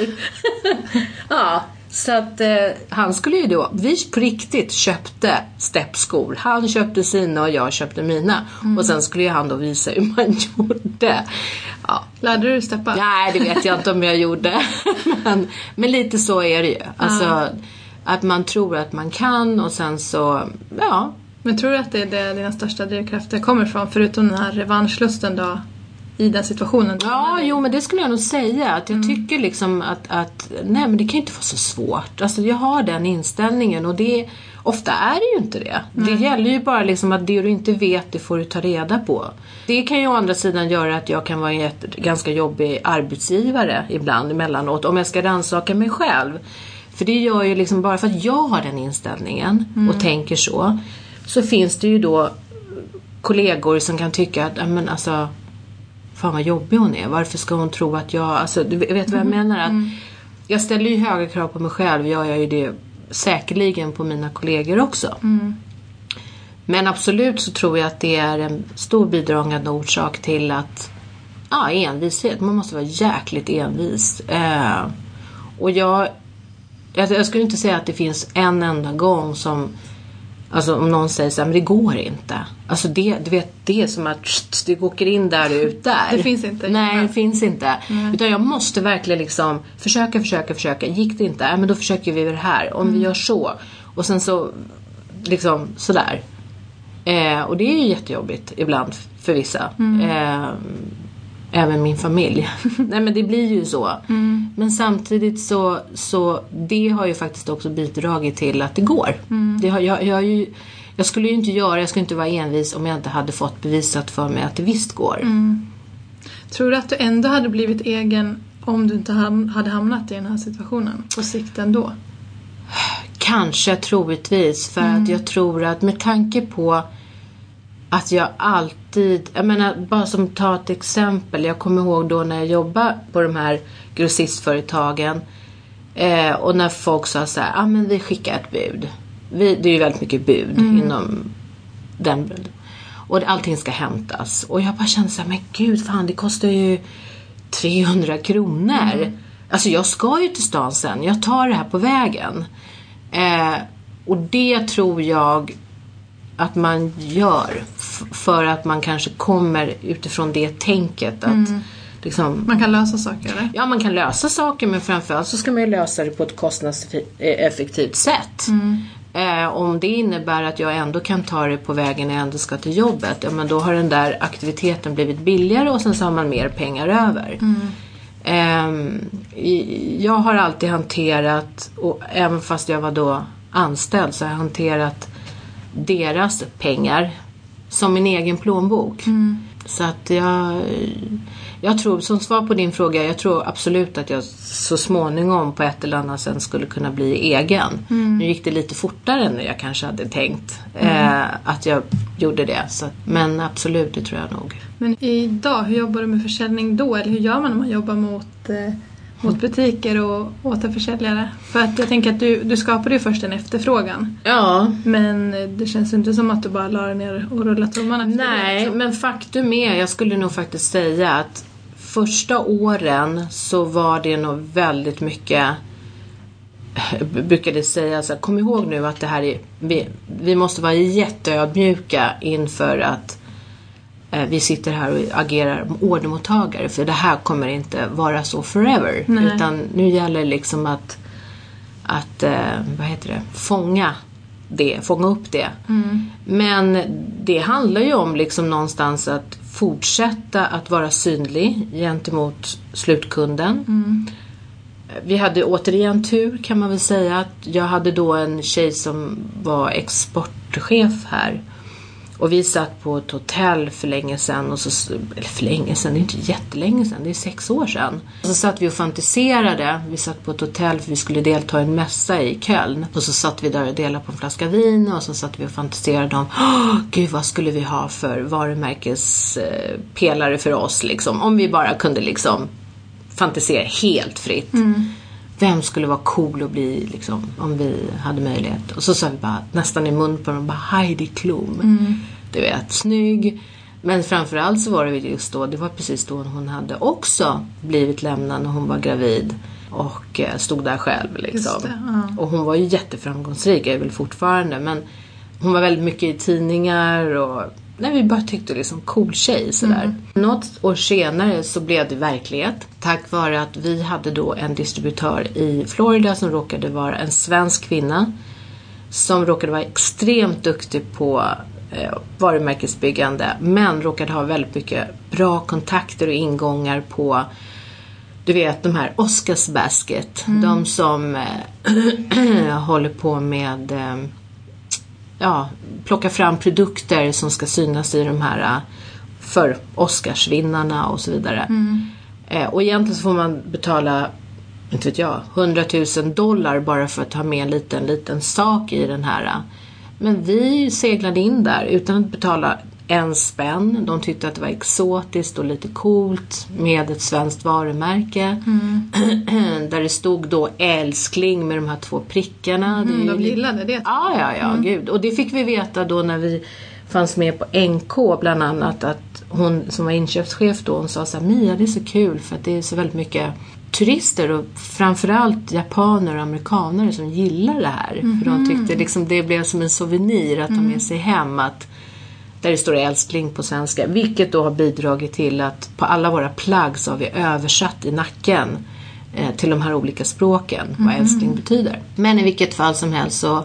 Ja, så att eh, han skulle ju då, vi på riktigt köpte steppskor. Han köpte sina och jag köpte mina. Mm. Och sen skulle ju han då visa hur man gjorde. Ja. Lärde du steppa? Nej, det vet jag inte om jag gjorde. men, men lite så är det ju. Alltså, mm. att man tror att man kan och sen så, ja. Men tror du att det är det dina största drivkrafter kommer från, förutom den här revanschlusten då, i den situationen? Ja, jo, men det skulle jag nog säga. Att jag mm. tycker liksom att, att, nej men det kan ju inte vara så svårt. Alltså jag har den inställningen och det, ofta är det ju inte det. Mm. Det gäller ju bara liksom att det du inte vet, det får du ta reda på. Det kan ju å andra sidan göra att jag kan vara en ganska jobbig arbetsgivare ibland emellanåt, om jag ska rannsaka mig själv. För det gör ju liksom, bara för att jag har den inställningen mm. och tänker så, så finns det ju då kollegor som kan tycka att, men alltså, fan vad jobbig hon är. Varför ska hon tro att jag, alltså, du vet vad jag menar? Att mm. jag ställer ju höga krav på mig själv, jag gör ju det säkerligen på mina kollegor också. Mm. Men absolut så tror jag att det är en stor bidragande orsak till att, ja, envishet. Man måste vara jäkligt envis. Eh, och jag Jag skulle inte säga att det finns en enda gång som, alltså om någon säger så här, men det går inte. Alltså det, du vet, det är som att du åker in där och ut där. Det finns inte. Nej, det finns inte. Mm. Utan jag måste verkligen liksom försöka, försöka, försöka. Gick det inte? Ja, men då försöker vi det här. Om mm. vi gör så. Och sen så, liksom sådär. Eh, och det är ju jättejobbigt ibland för vissa. Mm. Eh, Även min familj. Nej, men det blir ju så. Mm. Men samtidigt så, så det har ju faktiskt också bidragit till att det går. Mm. Det har, jag, jag, ju, jag skulle ju inte göra, jag skulle inte vara envis om jag inte hade fått bevisat för mig att det visst går. Mm. Tror du att du ändå hade blivit egen Om du inte hade hamnat i den här situationen på sikt ändå? Kanske, troligtvis. För mm. att jag tror att med tanke på att jag alltid... Jag menar, bara som ta ett exempel. Jag kommer ihåg då när jag jobbade på de här grossistföretagen. Eh, och när folk sa så här, ja ah, men vi skickar ett bud. Vi, det är ju väldigt mycket bud mm. inom den. Och allting ska hämtas. Och jag bara kände så här, men gud fan, det kostar ju trehundra kronor. Mm. Alltså jag ska ju till stan sen. Jag tar det här på vägen. Eh, och det tror jag att man gör. F- för att man kanske kommer utifrån det tänket. Att mm. liksom, man kan lösa saker, eller? Ja, man kan lösa saker. Men framförallt så ska man ju lösa det på ett kostnadseffektivt sätt. Mm. Eh, om det innebär att jag ändå kan ta det på vägen när jag ändå ska till jobbet. Ja, men då har den där aktiviteten blivit billigare. Och sen så har man mer pengar över. Mm. Jag har alltid hanterat, och även fast jag var då anställd, så har jag hanterat deras pengar som min egen plånbok. Mm. Så att jag jag tror, som svar på din fråga, jag tror absolut att jag så småningom på ett eller annat sätt skulle kunna bli egen. Mm. Nu gick det lite fortare än jag kanske hade tänkt mm. eh, att jag gjorde det. Så, men absolut, det tror jag nog. Men idag, hur jobbar du med försäljning då? Eller hur gör man när man jobbar mot, eh, mot butiker och återförsäljare? För att jag tänker att du, du skapade ju först en efterfrågan. Ja. Men det känns inte som att du bara la ner och rullade tummarna. Nej, det, men faktum är, jag skulle nog faktiskt säga att första åren så var det nog väldigt mycket, jag brukade säga så här, kom ihåg nu att det här är, vi, vi måste vara jätteödmjuka inför att eh, vi sitter här och agerar ordermottagare, för det här kommer inte vara så forever. Nej. Utan nu gäller det liksom att, att eh, vad heter det, fånga det, fånga upp det. Mm. Men det handlar ju om liksom någonstans att fortsätta att vara synlig gentemot slutkunden. Mm. Vi hade återigen tur, kan man väl säga, att jag hade då en tjej som var exportchef här. Och vi satt på ett hotell för länge sedan. Och så, eller för länge sedan, det är inte jättelänge sedan, det är sex år sedan. Och så satt vi och fantiserade. Vi satt på ett hotell för vi skulle delta i en mässa i Köln. Och så satt vi där och delade på en flaska vin. Och så satt vi och fantiserade om, åh, gud, vad skulle vi ha för varumärkespelare för oss liksom. Om vi bara kunde liksom fantisera helt fritt. Mm. Vem skulle vara cool att bli liksom, om vi hade möjlighet. Och så sa vi bara nästan i mun på dem, bara Heidi Klum. Mm. Du vet, snygg. Men framförallt så var det just då, det var precis då hon hade också blivit lämnad när hon var gravid. Och eh, stod där själv liksom. Det, ja. Och hon var ju jätteframgångsrik, är väl fortfarande. Men hon var väldigt mycket i tidningar och... Nej, vi bara tyckte liksom cool tjej sådär. Mm. Något år senare så blev det verklighet. Tack vare att vi hade då en distributör i Florida som råkade vara en svensk kvinna. Som råkade vara extremt duktig på eh, varumärkesbyggande. Men råkade ha väldigt mycket bra kontakter och ingångar på, du vet, de här Oscars Basket. Mm. De som eh, håller på med... Eh, ja, plocka fram produkter som ska synas i de här för Oscarsvinnarna och så vidare. Mm. Eh, och egentligen så får man betala, inte vet jag, hundratusen dollar bara för att ha med en liten, liten sak i den här. Men vi seglade in där utan att betala en spänn. De tyckte att det var exotiskt och lite coolt med ett svenskt varumärke. Mm. Där det stod då älskling med de här två prickarna. Mm, det de gillade det. Ja, ja, ja, mm. gud. Och det fick vi veta då när vi fanns med på N K bland annat. Att hon som var inköpschef då, hon sa så här, Mia, det är så kul för att det är så väldigt mycket turister och framförallt japaner och amerikaner som gillar det här. Mm. För de tyckte liksom det blev som en souvenir att mm. ta med sig hem, att där det står älskling på svenska. Vilket då har bidragit till att på alla våra plagg så har vi översatt i nacken eh, till de här olika språken. Mm. Vad älskling betyder. Men i vilket fall som helst så,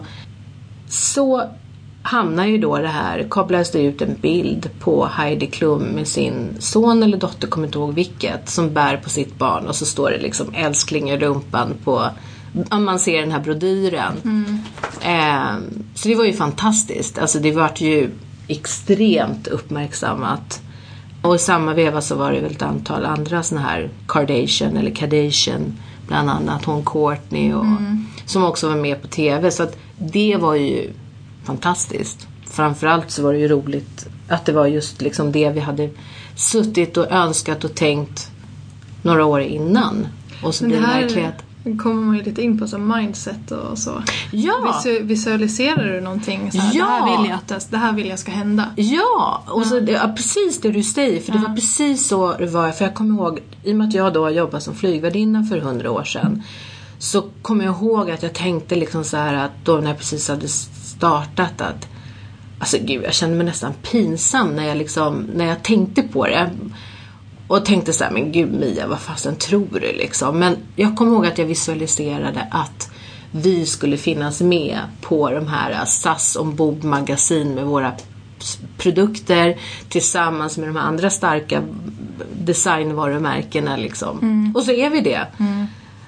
så hamnar ju då det här, kopplas det ut en bild på Heidi Klum med sin son eller dotter, kommer inte ihåg vilket, som bär på sitt barn. Och så står det liksom älskling i rumpan på, om man ser den här brodyren. Mm. Eh, så det var ju fantastiskt. Alltså det var ju extremt uppmärksammat Och i samma veva så var det väl ett antal andra såna här Kardashian eller Kardashian, bland annat hon Kourtney och, mm. som också var med på tv. Så att det var ju fantastiskt. Framförallt så var det ju roligt att det var just liksom det vi hade suttit och önskat och tänkt några år innan. Och så blir det verklighet. Kommer man ju lite in på som mindset och så. Ja. Visu- visualiserar du någonting så här, ja. det här vill jag att det här vill jag ska hända. Ja, och så, ja, precis det du säger. För ja. det var precis så det var. För jag kommer ihåg, i och med att jag då jobbade som flygvärdinna för hundra år sedan. Mm. Så kommer jag ihåg att jag tänkte liksom så här att då när jag precis hade startat att alltså gud, jag kände mig nästan pinsam när jag liksom, när jag tänkte på det. Och tänkte så här, men gud Mia, vad fasen tror du liksom? Men jag kommer ihåg att jag visualiserade att vi skulle finnas med på de här S A S ombordmagasin med våra produkter tillsammans med de andra starka designvarumärkena liksom. Mm. Och så är vi det. Mm.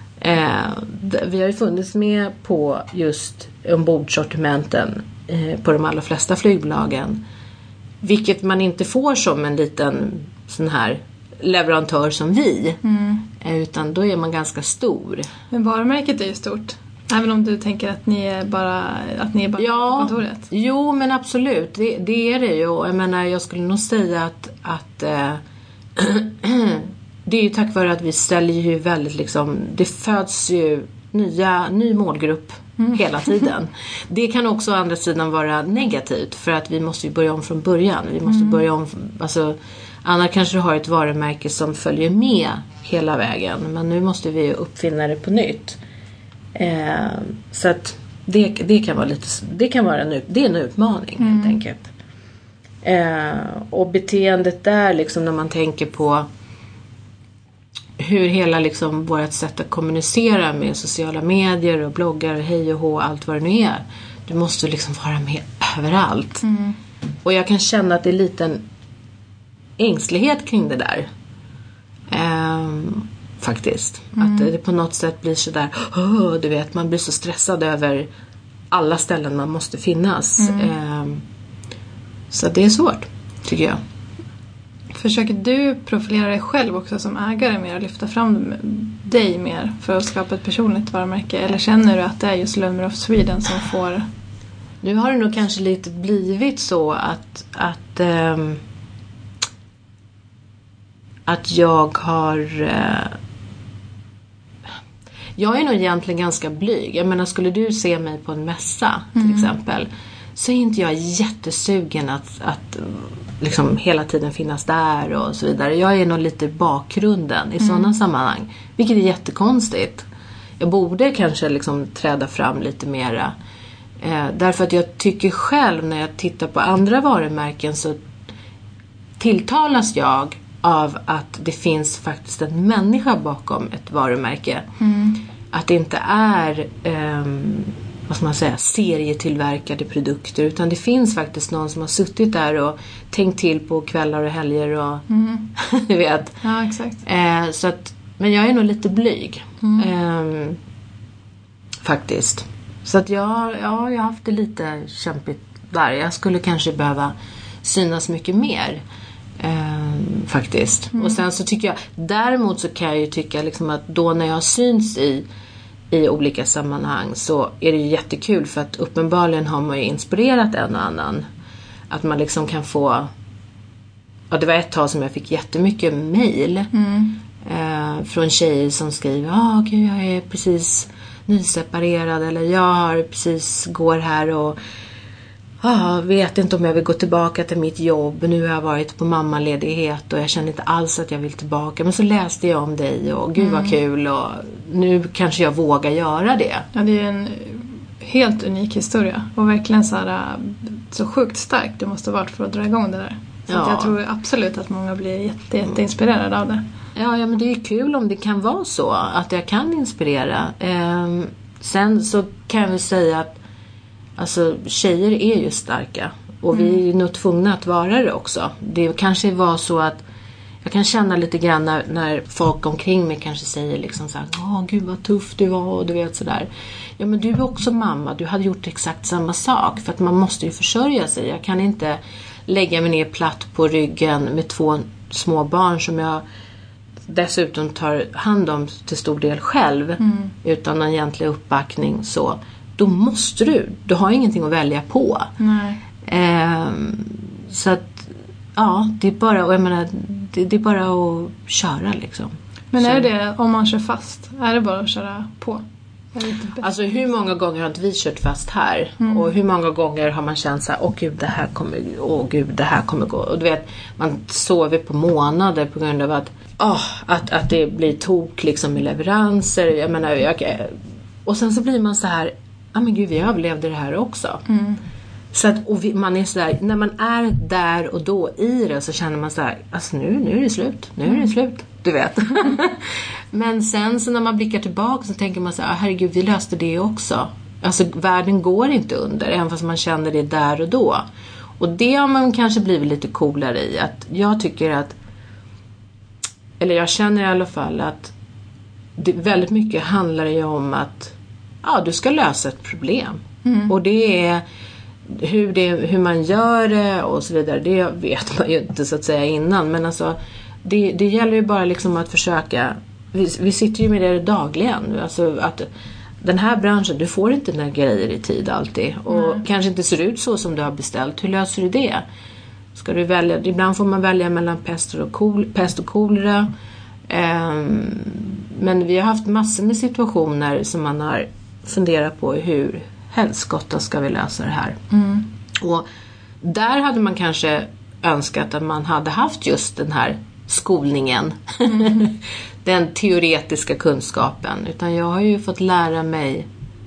Eh, vi har ju funnits med på just ombordsortimenten eh, på de allra flesta flygbolagen. Vilket man inte får som en liten sån här leverantör som vi. Mm. Utan då är man ganska stor. Men varumärket är ju stort. Även om du tänker att ni är bara, att ni är bara ja, på kontoret. Jo, men absolut. Det, det är det ju. Jag menar, jag skulle nog säga att, att äh, det är ju tack vare att vi säljer ju väldigt liksom, det föds ju nya, ny målgrupp mm. hela tiden. Det kan också å andra sidan vara negativt för att vi måste ju börja om från början. Vi måste mm. börja om, alltså annars kanske du har ett varumärke som följer med hela vägen. Men nu måste vi ju uppfinna det på nytt. Eh, så att det, det kan vara lite, det kan vara en, det är en utmaning mm. helt enkelt. Eh, och beteendet där liksom när man tänker på hur hela liksom vårt sätt att kommunicera med sociala medier och bloggar och hej och hå, allt vad det nu är. Du måste liksom vara med överallt. Mm. Och jag kan känna att det är lite en ängslighet kring det där. Ehm, faktiskt. Mm. Att det på något sätt blir så där, oh, du vet, man blir så stressad över alla ställen man måste finnas. Mm. Ehm, så det är svårt, tycker jag. Försöker du profilera dig själv också som ägare mer och lyfta fram dig mer för att skapa ett personligt varumärke? Eller känner du att det är just Lundmyr of Sweden som får... Nu har det nog kanske lite blivit så att att, ähm, att jag har... Äh, jag är nog egentligen ganska blyg. Jag menar, skulle du se mig på en mässa till mm. exempel, så är inte jag jättesugen att... att liksom hela tiden finnas där och så vidare. Jag är nog lite bakgrunden i mm. sådana sammanhang. Vilket är jättekonstigt. Jag borde kanske liksom träda fram lite mera. Eh, därför att jag tycker själv när jag tittar på andra varumärken så tilltalas jag av att det finns faktiskt en människa bakom ett varumärke. Mm. Att det inte är... Ehm, vad ska man säga, serietillverkade produkter, utan det finns faktiskt någon som har suttit där och tänkt till på kvällar och helger och mm. du vet. Ja, exakt. Eh, så att, men jag är nog lite blyg. Mm. Eh, faktiskt. Så att jag, ja, jag har haft det lite kämpigt där. Jag skulle kanske behöva synas mycket mer. Eh, faktiskt. Mm. Och sen så tycker jag, däremot så kan jag ju tycka liksom att då när jag syns i i olika sammanhang så är det ju jättekul för att uppenbarligen har man ju inspirerat en och annan. Att man liksom kan få... Ja, det var ett tag som jag fick jättemycket mejl mm. eh, från tjejer som skriver ja, ah, gud, jag är precis nyseparerad eller jag har precis går här och ah, vet inte om jag vill gå tillbaka till mitt jobb. Nu har jag varit på mammaledighet och jag känner inte alls att jag vill tillbaka. Men så läste jag om dig och gud vad kul och nu kanske jag vågar göra det. Ja, det är en helt unik historia och verkligen så, här, så sjukt starkt det måste ha varit för att dra igång det där. Så ja. Att jag tror absolut att många blir jätte, jätte inspirerade av det. Ja, ja, men det är kul om det kan vara så att jag kan inspirera. Ehm, sen så kan jag väl säga att alltså, tjejer är ju starka. Och mm. vi är nog tvungna att vara det också. Det kanske var så att jag kan känna lite grann när, när folk omkring mig kanske säger liksom så här, åh gud vad tuff du var och du vet sådär. Ja, men du är också mamma. Du hade gjort exakt samma sak. För att man måste ju försörja sig. Jag kan inte lägga mig ner platt på ryggen med två små barn som jag dessutom tar hand om till stor del själv mm. utan någon egentlig uppbackning, så då måste du, du har ingenting att välja på. Nej. Eh, så att ja, det är bara, och jag menar, det, det är bara att köra liksom. Men är så. det, om man kör fast, är det bara att köra på? Alltså hur många gånger har inte vi kört fast här? Mm. Och hur många gånger har man känt så här, åh gud det här kommer, åh gud det här kommer gå. Och du vet, man sover på månader på grund av att, åh, att, att det blir tok liksom med leveranser. Jag menar, jag, och sen så blir man så här, ja men gud vi överlevde det här också. Mm. Så att, och vi, man är så där, när man är där och då i det så känner man så här, alltså nu, nu är det slut, nu är det slut, du vet. Men sen så när man blickar tillbaka så tänker man så här, herregud vi löste det också. Alltså världen går inte under, även fast man känner det där och då. Och det har man kanske blivit lite coolare i, att jag tycker att, eller jag känner i alla fall att det väldigt mycket handlar ju om att ja, du ska lösa ett problem. Mm. Och det är hur, det, hur man gör det och så vidare, det vet man ju inte så att säga innan. Men alltså, det, det gäller ju bara liksom att försöka, vi, vi sitter ju med det dagligen. Alltså att den här branschen, du får inte dina grejer i tid alltid. Och mm. kanske inte ser ut så som du har beställt. Hur löser du det? Ska du välja, ibland får man välja mellan pest och, kol, pest och kolera. Um, men vi har haft massor med situationer som man har funderat på hur helskotta ska vi lösa det här. Mm. Och där hade man kanske önskat att man hade haft just den här skolningen. Mm. Den teoretiska kunskapen. Utan jag har ju fått lära mig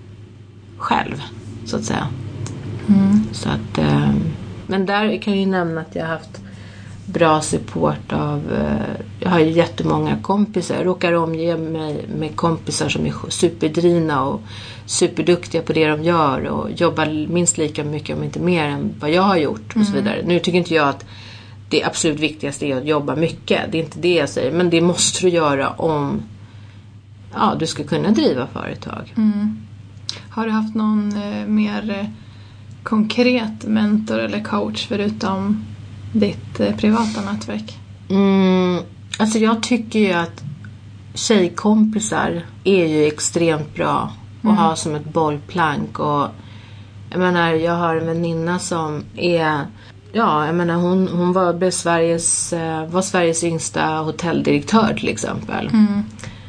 själv, så att säga. Mm. Så att, eh, men där kan jag ju nämna att jag har haft bra support av, eh, jag har ju jättemånga kompisar. Jag råkar omge mig med kompisar som är superdrivna och superduktiga på det de gör och jobbar minst lika mycket om inte mer än vad jag har gjort och så vidare. Mm. Nu tycker inte jag att det absolut viktigaste är att jobba mycket. Det är inte det jag säger. Men det måste du göra om ja, du ska kunna driva företag. Mm. Har du haft någon eh, mer eh, konkret mentor eller coach förutom ditt eh, privata nätverk? Mm, alltså jag tycker ju att tjejkompisar är ju extremt bra att mm. ha som ett bollplank. Och jag menar, jag har en väninna som är, ja, jag menar hon, hon var, blev Sveriges, var Sveriges yngsta hotelldirektör till exempel. Mm.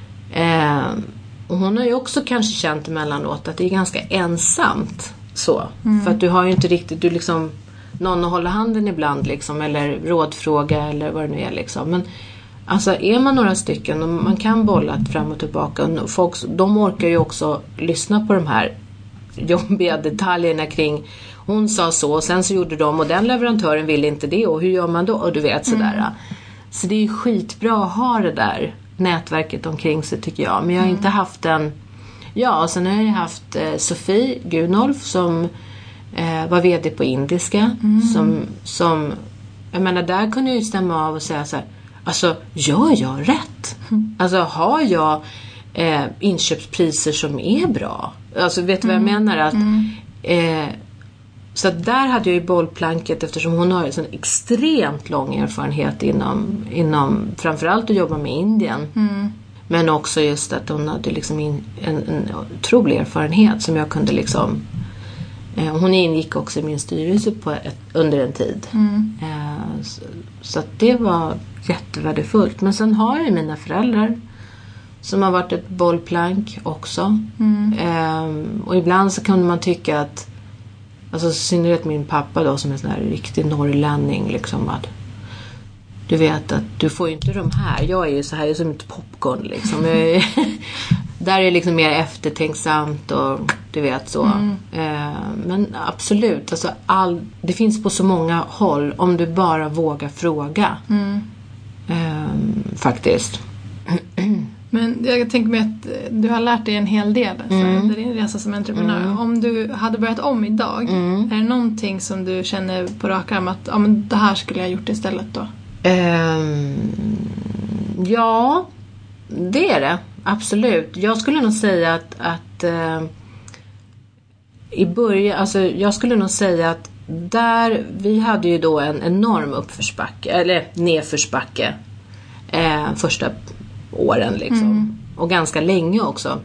Eh, och hon har ju också kanske känt emellanåt att det är ganska ensamt så. Mm. För att du har ju inte riktigt, du liksom någon att hålla handen ibland liksom, eller rådfråga eller vad det nu är liksom. Men alltså är man några stycken och man kan bolla fram och tillbaka, och folk, de orkar ju också lyssna på de här jobbiga detaljerna kring hon sa så och sen så gjorde de och den leverantören ville inte det och hur gör man då? Och du vet sådär. Mm. Så det är ju skitbra att ha det där nätverket omkring sig tycker jag. Men jag har mm. inte haft en, ja och sen har jag haft eh, Sofie Gunolf som eh, var vd på Indiska mm. som, som, jag menar där kunde jag ju stämma av och säga så här, alltså gör jag rätt? Mm. Alltså har jag eh, inköpspriser som är bra? Alltså vet du mm. vad jag menar? Att mm. eh, så där hade jag ju bollplanket eftersom hon har en sån extremt lång erfarenhet inom, inom framförallt att jobba med Indien. Mm. Men också just att hon hade liksom in, en, en otrolig erfarenhet som jag kunde liksom... Eh, hon ingick också i min styrelse på ett, under en tid. Mm. Eh, så så att det var jättevärdefullt. Men sen har jag mina föräldrar som har varit ett bollplank också. Mm. Eh, och ibland så kunde man tycka att alltså synnerhet min pappa då som är sån här riktig norrlänning liksom att du vet att du får ju inte de här, jag är ju så här jag är som ett popcorn liksom. Jag är, där är liksom mer eftertänksamt och du vet så. Mm. Eh, men absolut, alltså all, det finns på så många håll om du bara vågar fråga. Mm. Eh, faktiskt. Men jag tänker mig att du har lärt dig en hel del alltså, mm. under din resa som entreprenör. Mm. Om du hade börjat om idag, mm. är det någonting som du känner på rak arm att ja, men det här skulle jag gjort istället då? Um, ja, det är det. Absolut. Jag skulle nog säga att, att uh, i början, alltså jag skulle nog säga att där, vi hade ju då en enorm uppförsbacke, eller nedförsbacke eh, första åren liksom. Mm. Och ganska länge också.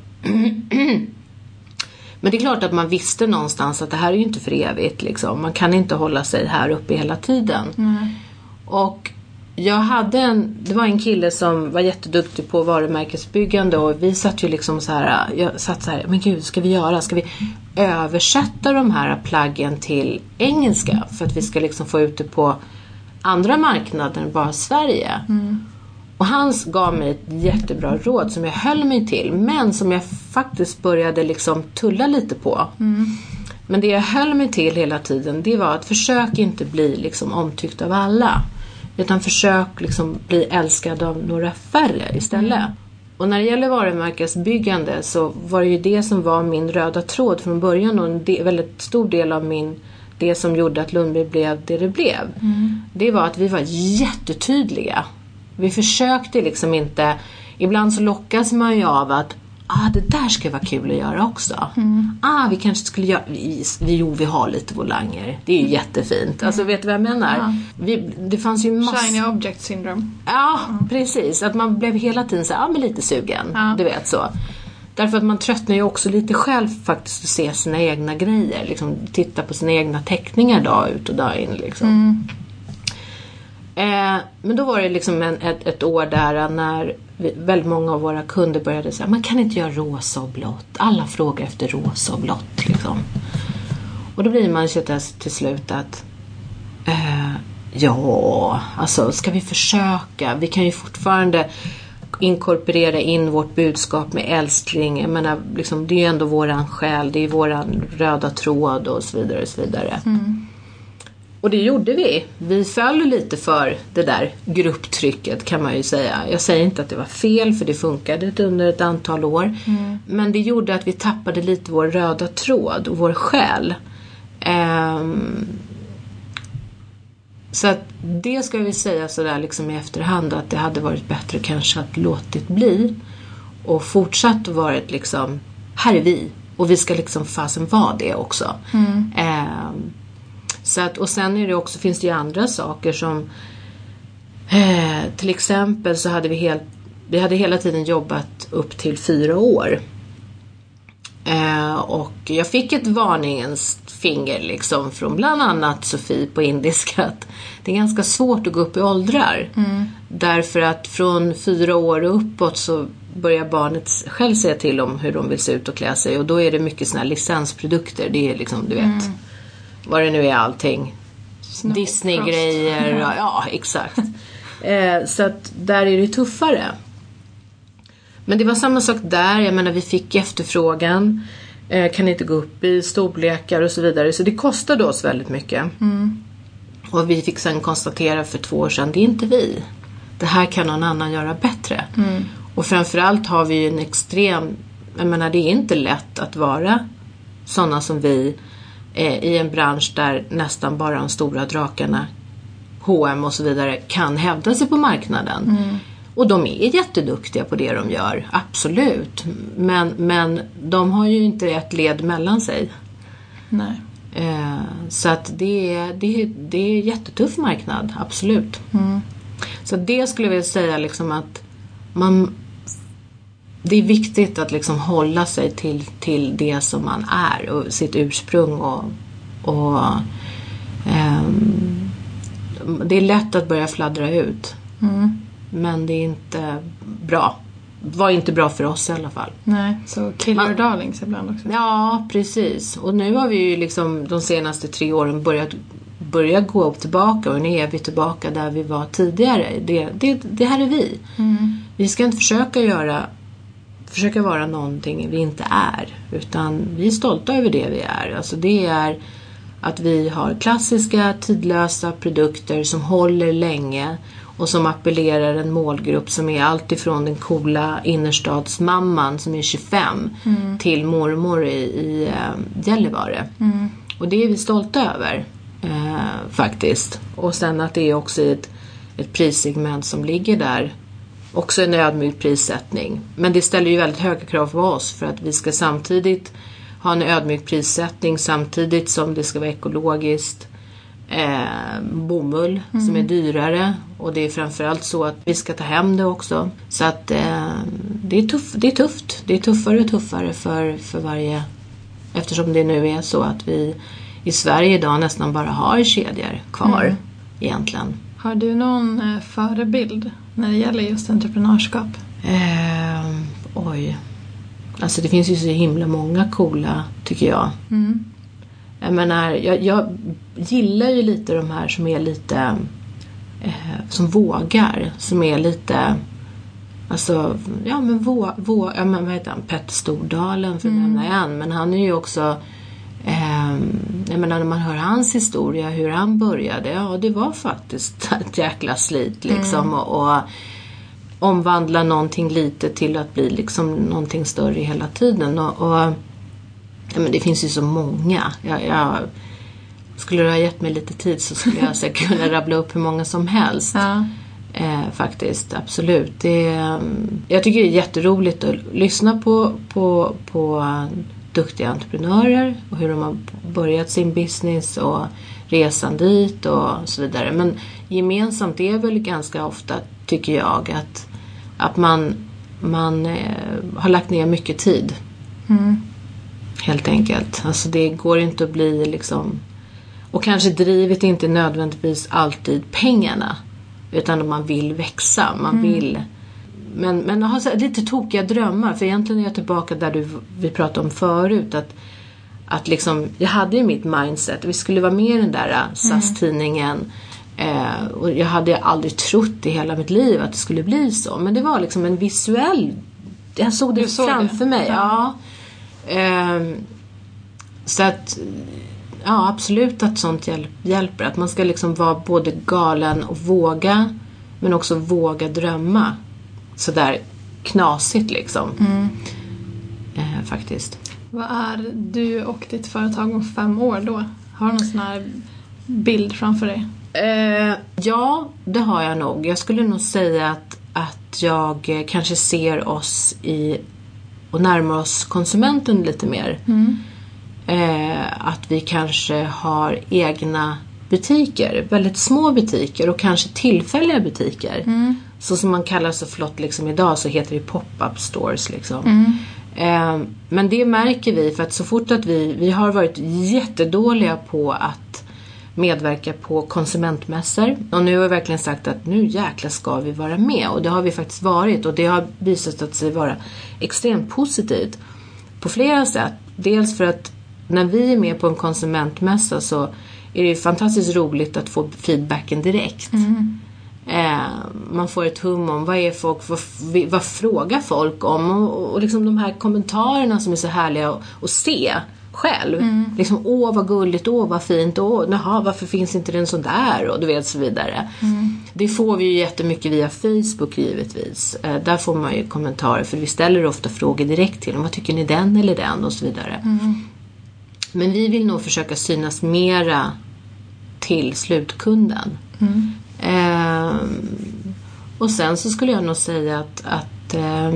Men det är klart att man visste någonstans att det här är ju inte för evigt liksom. Man kan inte hålla sig här uppe hela tiden. Mm. Och jag hade en, det var en kille som var jätteduktig på varumärkesbyggande, och vi satt ju liksom så här, jag satt så här, men gud, ska vi göra, ska vi översätta de här plaggen till engelska för att vi ska liksom få ut det på andra marknader än bara Sverige. Mm. Och han gav mig ett jättebra råd som jag höll mig till, men som jag faktiskt började liksom tulla lite på. Mm. Men det jag höll mig till hela tiden, det var att försök inte bli liksom omtyckt av alla. Utan försök liksom bli älskad av några färre istället. Mm. Och när det gäller varumärkesbyggande så var det ju det som var min röda tråd från början. Och en de, väldigt stor del av min, det som gjorde att Lundby blev det det blev. Mm. Det var att vi var jättetydliga. Vi försökte liksom inte, ibland så lockas man ju av att ah, det där ska vara kul att göra också. Mm. Ah, vi kanske skulle göra, vi, vi, jo, vi har lite volanger. Det är ju mm. jättefint. Alltså, vet du vad jag menar? Ja. Vi, det fanns ju massor... Shiny object syndrome. Ja, mm. precis. Att man blev hela tiden så här, ah, men lite sugen. Ja. Du vet så. Därför att man tröttnar ju också lite själv faktiskt att se sina egna grejer. Liksom, titta på sina egna teckningar dag ut och dag in. Liksom. Mm. Eh, men då var det liksom en, ett, ett år där när vi, väldigt många av våra kunder började säga, man kan inte göra rosa och blått. Alla frågar efter rosa och blått liksom. Och då blir man ju till slut att eh, ja, alltså ska vi försöka? Vi kan ju fortfarande inkorporera in vårt budskap med älskling. Jag menar, liksom, det är ju ändå våran själ, det är våran röda tråd och så vidare och så vidare. Mm. Och det gjorde vi. Vi föll lite för det där grupptrycket, kan man ju säga. Jag säger inte att det var fel, för det funkade under ett antal år. Mm. Men det gjorde att vi tappade lite vår röda tråd och vår själ. Um, så att det ska vi säga sådär liksom i efterhand, att det hade varit bättre kanske att låtit bli. Och fortsatt varit liksom, här är vi. Och vi ska liksom fasen vara det också. Mm. Um, Så att, och sen är det också, finns det ju andra saker som eh, till exempel så hade vi helt, vi hade hela tiden jobbat upp till fyra år. Eh, och jag fick ett varningens finger liksom från bland annat Sofie på indiska, att det är ganska svårt att gå upp i åldrar. Mm. Därför att från fyra år och uppåt så börjar barnet själv säga till om hur de vill se ut och klä sig. Och då är det mycket såna här licensprodukter. Det är liksom, du vet... Mm. Vad det nu är allting. Snow Disney-grejer. Ja, ja exakt. eh, så att där är det tuffare. Men det var samma sak där. Jag menar, vi fick efterfrågan. Eh, kan inte gå upp i storlekar och så vidare. Så det kostade oss väldigt mycket. Mm. Och vi fick sedan konstatera för två år sedan, det är inte vi. Det här kan någon annan göra bättre. Mm. Och framförallt har vi ju en extrem... Jag menar, det är inte lätt att vara sådana som vi... i en bransch där nästan bara de stora drakarna, H och M och så vidare, kan hävda sig på marknaden. Mm. Och de är jätteduktiga på det de gör, absolut. Men, men de har ju inte ett led mellan sig. Nej. Eh, så att det är, det, är, det är en jättetuff marknad, absolut. Mm. Så det skulle jag vilja säga liksom att man... Det är viktigt att liksom hålla sig till, till det som man är och sitt ursprung. Och, och um, det är lätt att börja fladdra ut. Mm. Men det är inte bra. Var inte bra för oss i alla fall. Nej, så kill your darlings ibland också. Ja, precis. Och nu har vi ju liksom de senaste tre åren börjat börja gå tillbaka. Och nu är vi tillbaka där vi var tidigare. Det, det, det här är vi. Mm. Vi ska inte försöka göra... försöka vara någonting vi inte är, utan vi är stolta över det vi är. Alltså det är att vi har klassiska, tidlösa produkter som håller länge och som appellerar en målgrupp som är allt ifrån den coola innerstadsmamman som är tjugofem mm. till mormor i, i äh, Gällivare. Mm. Och det är vi stolta över äh, faktiskt. Och sen att det är också ett, ett prissegment som ligger där. Också en ödmjuk prissättning. Men det ställer ju väldigt höga krav på oss, för att vi ska samtidigt ha en ödmjuk prissättning samtidigt som det ska vara ekologiskt. eh, bomull mm. som är dyrare. Och det är framförallt så att vi ska ta hem det också. Så att eh, det, är tuff, det är tufft. Det är tuffare och tuffare för, för varje... Eftersom det nu är så att vi i Sverige idag nästan bara har kedjor kvar mm. egentligen. Har du någon eh, förebild när det gäller just entreprenörskap? Eh, oj. Alltså det finns ju så himla många coola, tycker jag. Mm. Jag menar, jag, jag gillar ju lite de här som är lite... Eh, som vågar. Som är lite... Alltså, ja men vå, vå, ja, men vad heter han? Petter Stordalen för att mm. nämna en. Men han är ju också... Eh, jag menar, när man hör hans historia, hur han började. Ja, det var faktiskt ett jäkla slit liksom. Mm. Och... och omvandla någonting lite till att bli liksom någonting större hela tiden. Och, och ja, men det finns ju så många. Jag, jag, skulle du ha gett mig lite tid så skulle jag säkert kunna rabbla upp hur många som helst. Ja. Eh, faktiskt, absolut. Det, jag tycker det är jätteroligt att lyssna på, på, på duktiga entreprenörer och hur de har börjat sin business och resan dit och så vidare. Men gemensamt är väl ganska ofta, tycker jag, att, att man, man eh, har lagt ner mycket tid. Mm. Helt enkelt. Alltså det går inte att bli liksom... Och kanske drivet inte nödvändigtvis alltid pengarna. Utan att man vill växa. Man mm. vill... Men, men har så, lite tokiga drömmar. För egentligen är jag tillbaka där du, vi pratade om förut. Att, att liksom... Jag hade ju mitt mindset. Vi skulle vara med i den där S A S-tidningen. Eh, och jag hade aldrig trott i hela mitt liv att det skulle bli så. Men det var liksom en visuell... Jag såg det såg framför det. mig. Ja. Ja. Eh, så att... Ja, absolut att sånt hjälp, hjälper. Att man ska liksom vara både galen och våga. Men också våga drömma. Så där knasigt liksom. Mm. Eh, faktiskt. Vad är du och ditt företag om fem år då? Har du någon sån här bild framför dig? Eh, ja, det har jag nog. Jag skulle nog säga att, att jag kanske ser oss i och närmar oss konsumenten lite mer. Mm. Eh, att vi kanske har egna butiker, väldigt små butiker och kanske tillfälliga butiker. Mm. Så som man kallar så flott liksom idag så heter det pop-up stores liksom. Mm. Eh, men det märker vi för att så fort att vi, vi har varit jättedåliga på att medverka på konsumentmässor. Och nu har vi verkligen sagt att nu jäkla ska vi vara med. Och det har vi faktiskt varit. Och det har visat sig vara extremt positivt på flera sätt. Dels för att när vi är med på en konsumentmässa så är det fantastiskt roligt att få feedbacken direkt. Mm. Eh, man får ett hum om vad är folk, vad, vad frågar folk om. Och, och liksom de här kommentarerna som är så härliga att, att se själv. Mm. Liksom, åh vad gulligt, åh vad fint, åh naha, varför finns inte den sån där och du vet så vidare. Mm. Det får vi ju jättemycket via Facebook givetvis. Eh, där får man ju kommentarer för vi ställer ofta frågor direkt till dem. Vad tycker ni den eller den och så vidare. Mm. Men vi vill nog försöka synas mera till slutkunden. Mm. Eh, och sen så skulle jag nog säga att, att eh,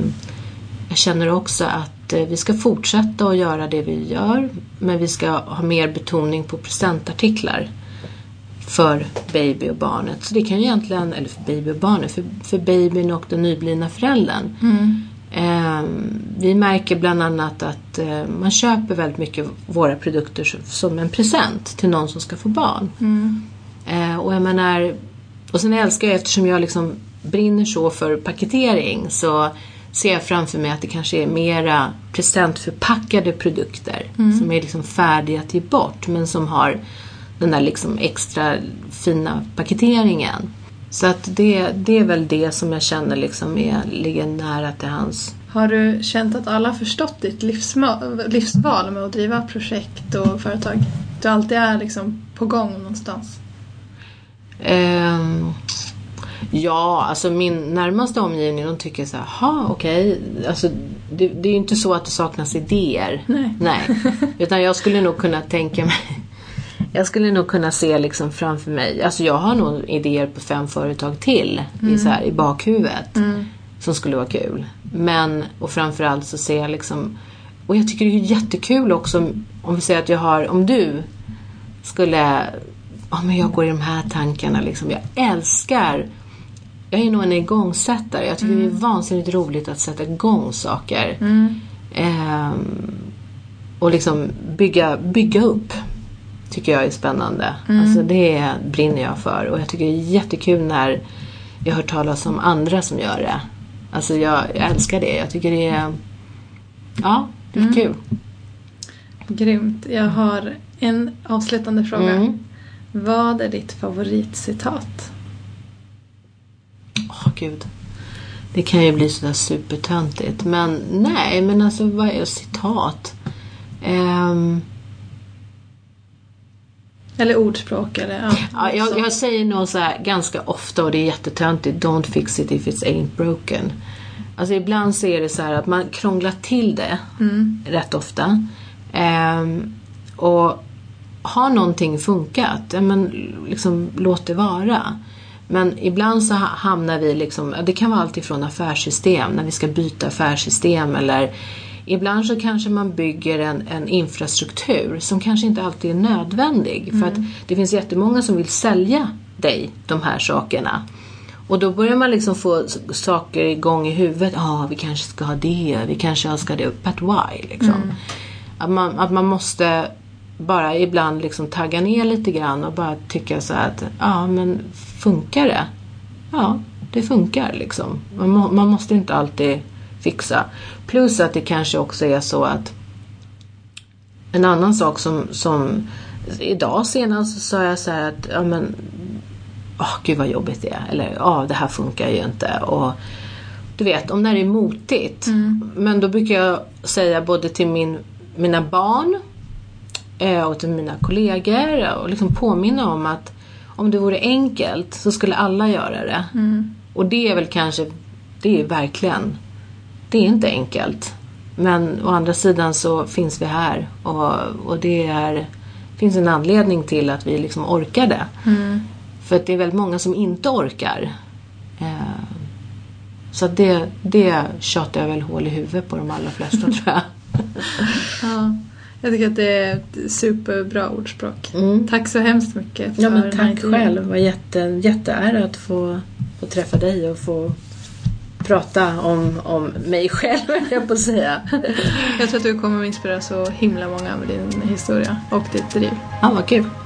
jag känner också att vi ska fortsätta att göra det vi gör. Men vi ska ha mer betoning på presentartiklar. För baby och barnet. Så det kan ju egentligen, eller för baby och barnet. För, för babyn och den nyblivna föräldern. Mm. Eh, vi märker bland annat att eh, man köper väldigt mycket våra produkter som en present till någon som ska få barn. Mm. Eh, och jag menar, och sen älskar jag, eftersom jag liksom brinner så för paketering så ser jag framför mig att det kanske är mera presentförpackade produkter mm. som är liksom färdiga till bort men som har den där liksom extra fina paketeringen. Så att det, det är väl det som jag känner liksom är, ligger nära till hans. Har du känt att alla förstått ditt livsma- livsval med att driva projekt och företag? Du alltid är liksom på gång någonstans? Um, ja, alltså min närmaste omgivning de tycker så här, ha okej, okay. Alltså det, det är ju inte så att det saknas idéer. Nej. Nej. Utan jag skulle nog kunna tänka mig Jag skulle nog kunna se liksom framför mig. Alltså jag har nog idéer på fem företag till mm. i, så här, i bakhuvudet. Mm. Som skulle vara kul. Men, och framförallt så ser jag liksom. Och jag tycker det är jättekul också. Om vi säger att jag har. Om du skulle ja, men jag går i de här tankarna liksom. Jag älskar, jag är nog en igångsättare. Jag tycker mm. det är vansinnigt roligt att sätta igång saker. Mm. Ehm, och liksom bygga, bygga upp. Tycker jag är spännande. Mm. Alltså det brinner jag för. Och jag tycker det är jättekul när jag hör talas om andra som gör det. Alltså jag, jag älskar det. Jag tycker det är, ja, det är mm. kul. Grymt. Jag har en avslutande fråga. Mm. Vad är ditt favoritcitat? Åh, oh, gud. Det kan ju bli sådär supertöntigt. Men nej, men alltså vad är citat? Um... Eller ordspråk eller ja, ja, jag, jag säger nog så här ganska ofta, och det är jättetöntigt: don't fix it if it ain't broken. Alltså ibland så är det så här att man krånglar till det mm. rätt ofta. Um, och har någonting funkat, ja, men liksom låt det vara. Men ibland så hamnar vi liksom, det kan vara allt ifrån affärssystem, när vi ska byta affärssystem, eller ibland så kanske man bygger en, en infrastruktur som kanske inte alltid är nödvändig. Mm. För att det finns jättemånga som vill sälja dig de här sakerna. Och då börjar man liksom få saker igång i huvudet. Ja, ah, vi kanske ska ha det, vi kanske ska ha det. But why? Liksom. Mm. Att, man, att man måste bara ibland liksom tagga ner lite grann och bara tycka så här att ja, ah, men funkar det? Ja, det funkar liksom. Man, må, man måste inte alltid fixa. Plus att det kanske också är så att en annan sak som, som idag senast så sa jag så här att ja men åh oh, gud vad jobbigt det är, eller ja, det här funkar ju inte, och du vet, om det är motigt. Mm. Men då brukar jag säga både till min, mina barn eh, och till mina kollegor och liksom påminna om att om det vore enkelt så skulle alla göra det. Mm. Och det är väl kanske, det är verkligen, det är inte enkelt. Men å andra sidan så finns vi här, och, och det är, finns en anledning till att vi liksom orkar det. Mm. För att det är väldigt många som inte orkar. Eh, så att det, det tjatar jag väl hål i huvudet på de allra flesta tror jag. Ja, jag tycker att det är ett superbra ordspråk. Mm. Tack så hemskt mycket för ja, men tack själv. Det var jätte, jätteära att få, få träffa dig och få prata om, om mig själv, jag på att säga. Jag tror att du kommer att inspirera så himla många med din historia och ditt driv. Ja, vad kul.